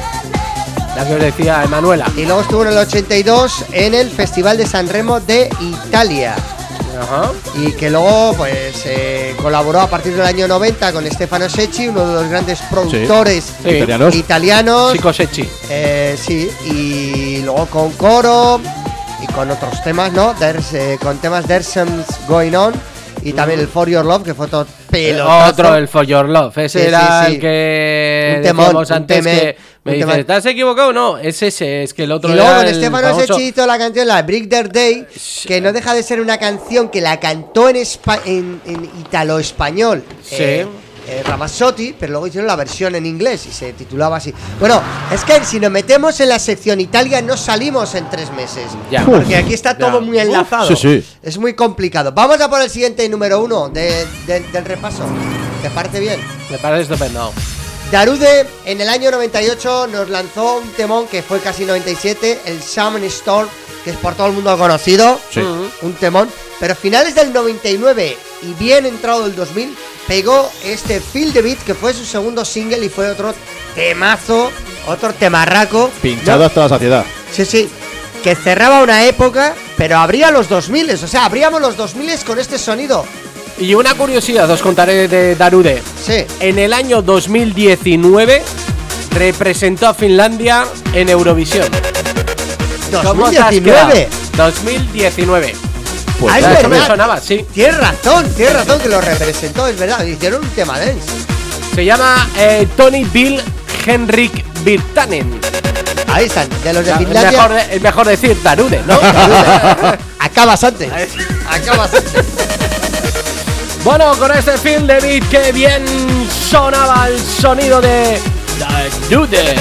la que os decía Emanuela. Y luego estuvo en el 82 en el Festival de San Remo de Italia. Ajá. Y que luego pues colaboró a partir del año 90 con Stefano Secchi, uno de los grandes productores italianos. Chico Secchi. Sí, y luego con coro y con otros temas, ¿no? Con temas There's Some Going On y también el For Your Love, que fue todo pelotazo. Otro, el For Your Love. Ese Sí, era sí. el que Un temón, decíamos antes un teme, que me un dice, tema. ¿estás equivocado? No, es ese, es que el otro Y luego era con el Stefano famoso- Secchi hizo la canción, la Break Their Day, que no deja de ser una canción que la cantó en italo-español Ramazzotti, pero luego hicieron la versión en inglés y se titulaba así. Bueno, es que si nos metemos en la sección Italia no salimos en 3 meses, Ya. porque aquí está todo muy enlazado. Sí, sí. Es muy complicado. Vamos a por el siguiente número 1 del repaso. ¿Te parece bien? Me parece estupendo. Darude en el año 98 nos lanzó un temón que fue casi 97, el Shaman Storm, que es por todo el mundo conocido, Sí. un temón, pero a finales del 99 y bien entrado el 2000 pegó este Feel the Beat, que fue su segundo single y fue otro temazo, otro temarraco. Pinchado ¿no? hasta la saciedad. Sí, sí, que cerraba una época, pero abría los 2000, o sea, abríamos los 2000 con este sonido. Y una curiosidad os contaré de Darude. Sí. En el año 2019 representó a Finlandia en Eurovisión. ¿Cómo te has 2019. quedado? 2019. Ah, es Ya, eso me verdad. sonaba, sí. Tienes razón que lo representó, es verdad, hicieron un tema dance. Se llama Tony Bill Henrik Virtanen. Ahí están, de los de Es Finlandia. mejor decir Darude, ¿no? Acabas antes. Acabas antes. Bueno, con este film de beat que bien sonaba el sonido de Darude.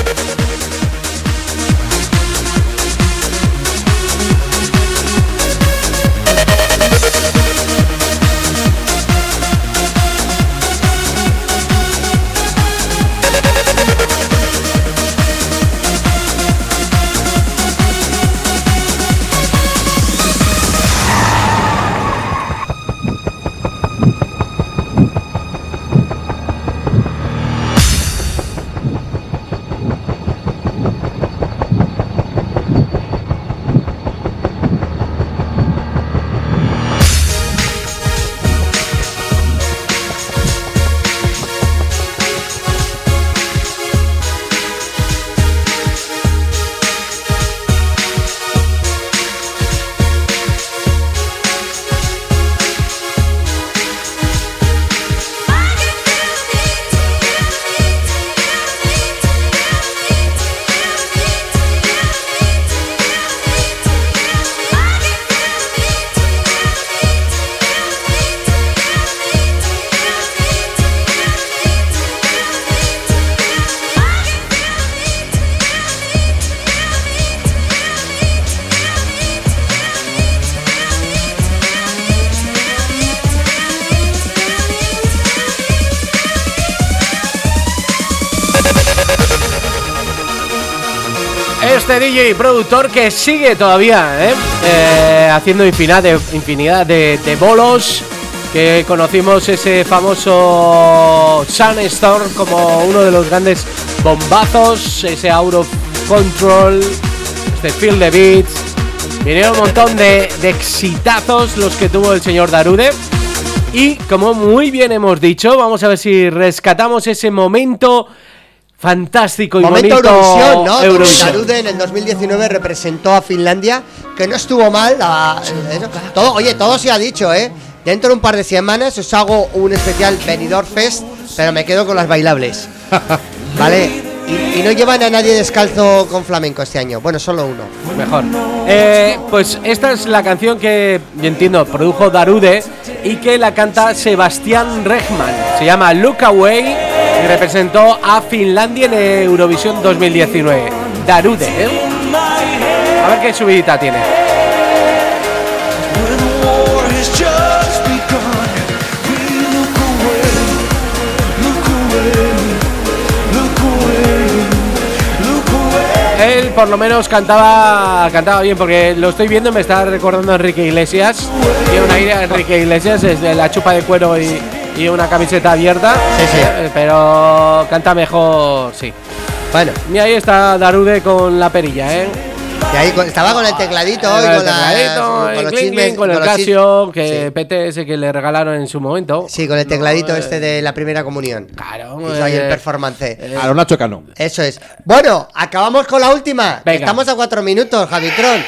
Este DJ y productor que sigue todavía haciendo infinidad de bolos, que conocimos ese famoso Sunstorm como uno de los grandes bombazos, ese Out of Control, este Feel the Beats. Vinieron un montón de exitazos los que tuvo el señor Darude. Y como muy bien hemos dicho, vamos a ver si rescatamos ese momento fantástico y Momento bonito. Eurovisión, ¿no? Eurovisión. Darude en el 2019 representó a Finlandia, que no estuvo mal. Todo, oye, todo se ha dicho, ¿eh? Dentro de un par de semanas os hago un especial Benidorm Fest, pero me quedo con las bailables. ¿Vale? Y no llevan a nadie descalzo con flamenco este año. Bueno, solo uno. Mejor. Pues esta es la canción que, yo entiendo, produjo Darude y que la canta Sebastián Regman. Se llama Look Away y representó a Finlandia en Eurovisión 2019. Darude, ¿eh? A ver qué subidita tiene. El por lo menos cantaba bien, porque lo estoy viendo y me está recordando a Enrique Iglesias. Tiene un aire a Enrique Iglesias desde la chupa de cuero y una camiseta abierta. Sí. Pero canta mejor, sí. Bueno. Y ahí está Darude con la perilla, Y ahí estaba con el tecladito con y el con tecladito, los clink, chismes, clink, con el los Casio, que sí. PTS que le regalaron en su momento. Sí, con el tecladito de la primera comunión. Claro. Hizo ahí el performance. A lo Nacho Cano. Eso es. Bueno, acabamos con la última. Venga. Estamos a 4 minutos, Javitron.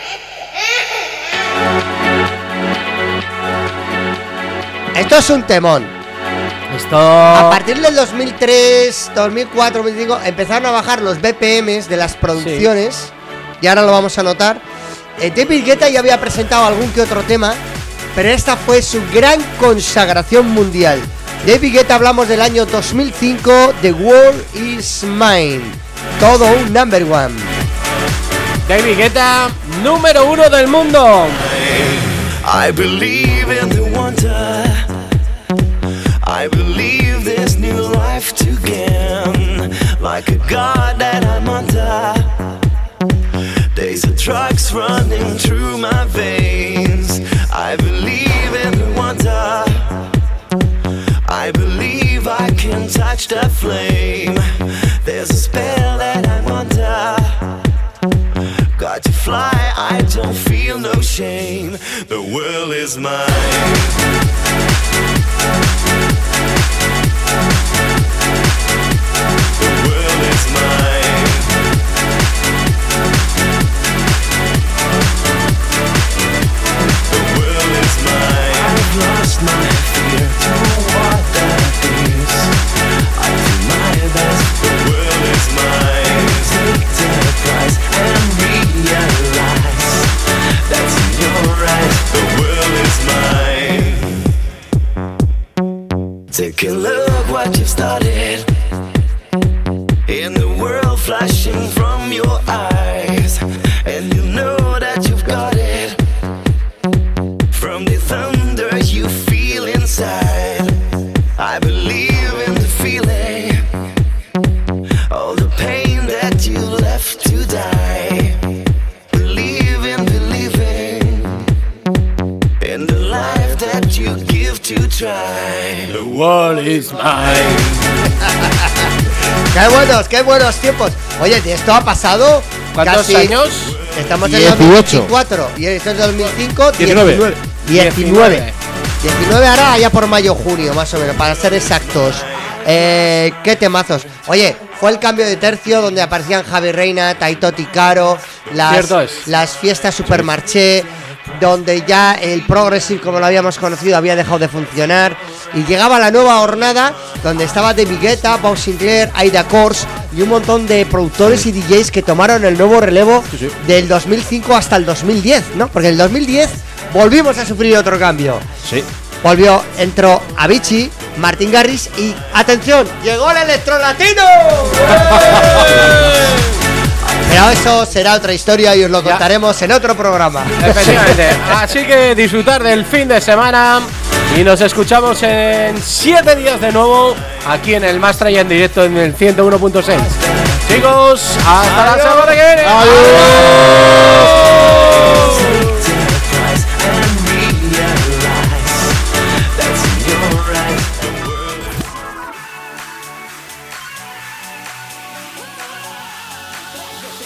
Esto es un temón. A partir del 2003, 2004, 2005 empezaron a bajar los BPMs de las producciones. Y ahora lo vamos a notar. David Guetta ya había presentado algún que otro tema, pero esta fue su gran consagración mundial. David Guetta, hablamos del año 2005, The World Is Mine. Todo un number one. David Guetta, número 1 del mundo. I believe in the wonder. I believe there's new life to gain. Like a god that I'm under. Days of drugs running through my veins. I believe in the wonder. I believe I can touch the flame. There's a spell that I'm under. Got to fly, I don't feel no shame. The world is mine. The world is mine. The world is mine. I've lost my fear to what that is. I do my best. The world is mine. Take the prize and realize that's in your eyes. The world is mine. Take a look what you've started. In the world flashing from your eyes, and you know that you've got it. From the thunder you feel inside, I believe in the feeling. All the pain that you left to die. Believe in believing in the life that you give to try. The world is mine. Qué buenos tiempos. Oye, ¿esto ha pasado? ¿Cuántos años? Estamos en 18. 2024 y esto es 2005, 19. 19 ahora ya por mayo, junio, más o menos, para ser exactos. Qué temazos. Oye, fue el cambio de tercio donde aparecían Javi Reina, Taito Ticaro, las fiestas Supermarché, donde ya el Progressive, como lo habíamos conocido, había dejado de funcionar. Y llegaba la nueva jornada donde estaba David Guetta, Bob Sinclair, Aida Kors y un montón de productores y DJs que tomaron el nuevo relevo del 2005 hasta el 2010, ¿no? Porque en el 2010 volvimos a sufrir otro cambio. Sí. Entró Avicii, Martin Garrix y, atención, llegó el electrolatino. Pero eso será otra historia y os lo contaremos en otro programa. Efectivamente. Así que disfrutar del fin de semana y nos escuchamos en 7 días de nuevo aquí en el Mastra y en directo en el 101.6. Chicos, hasta la semana que viene. ¡Adiós!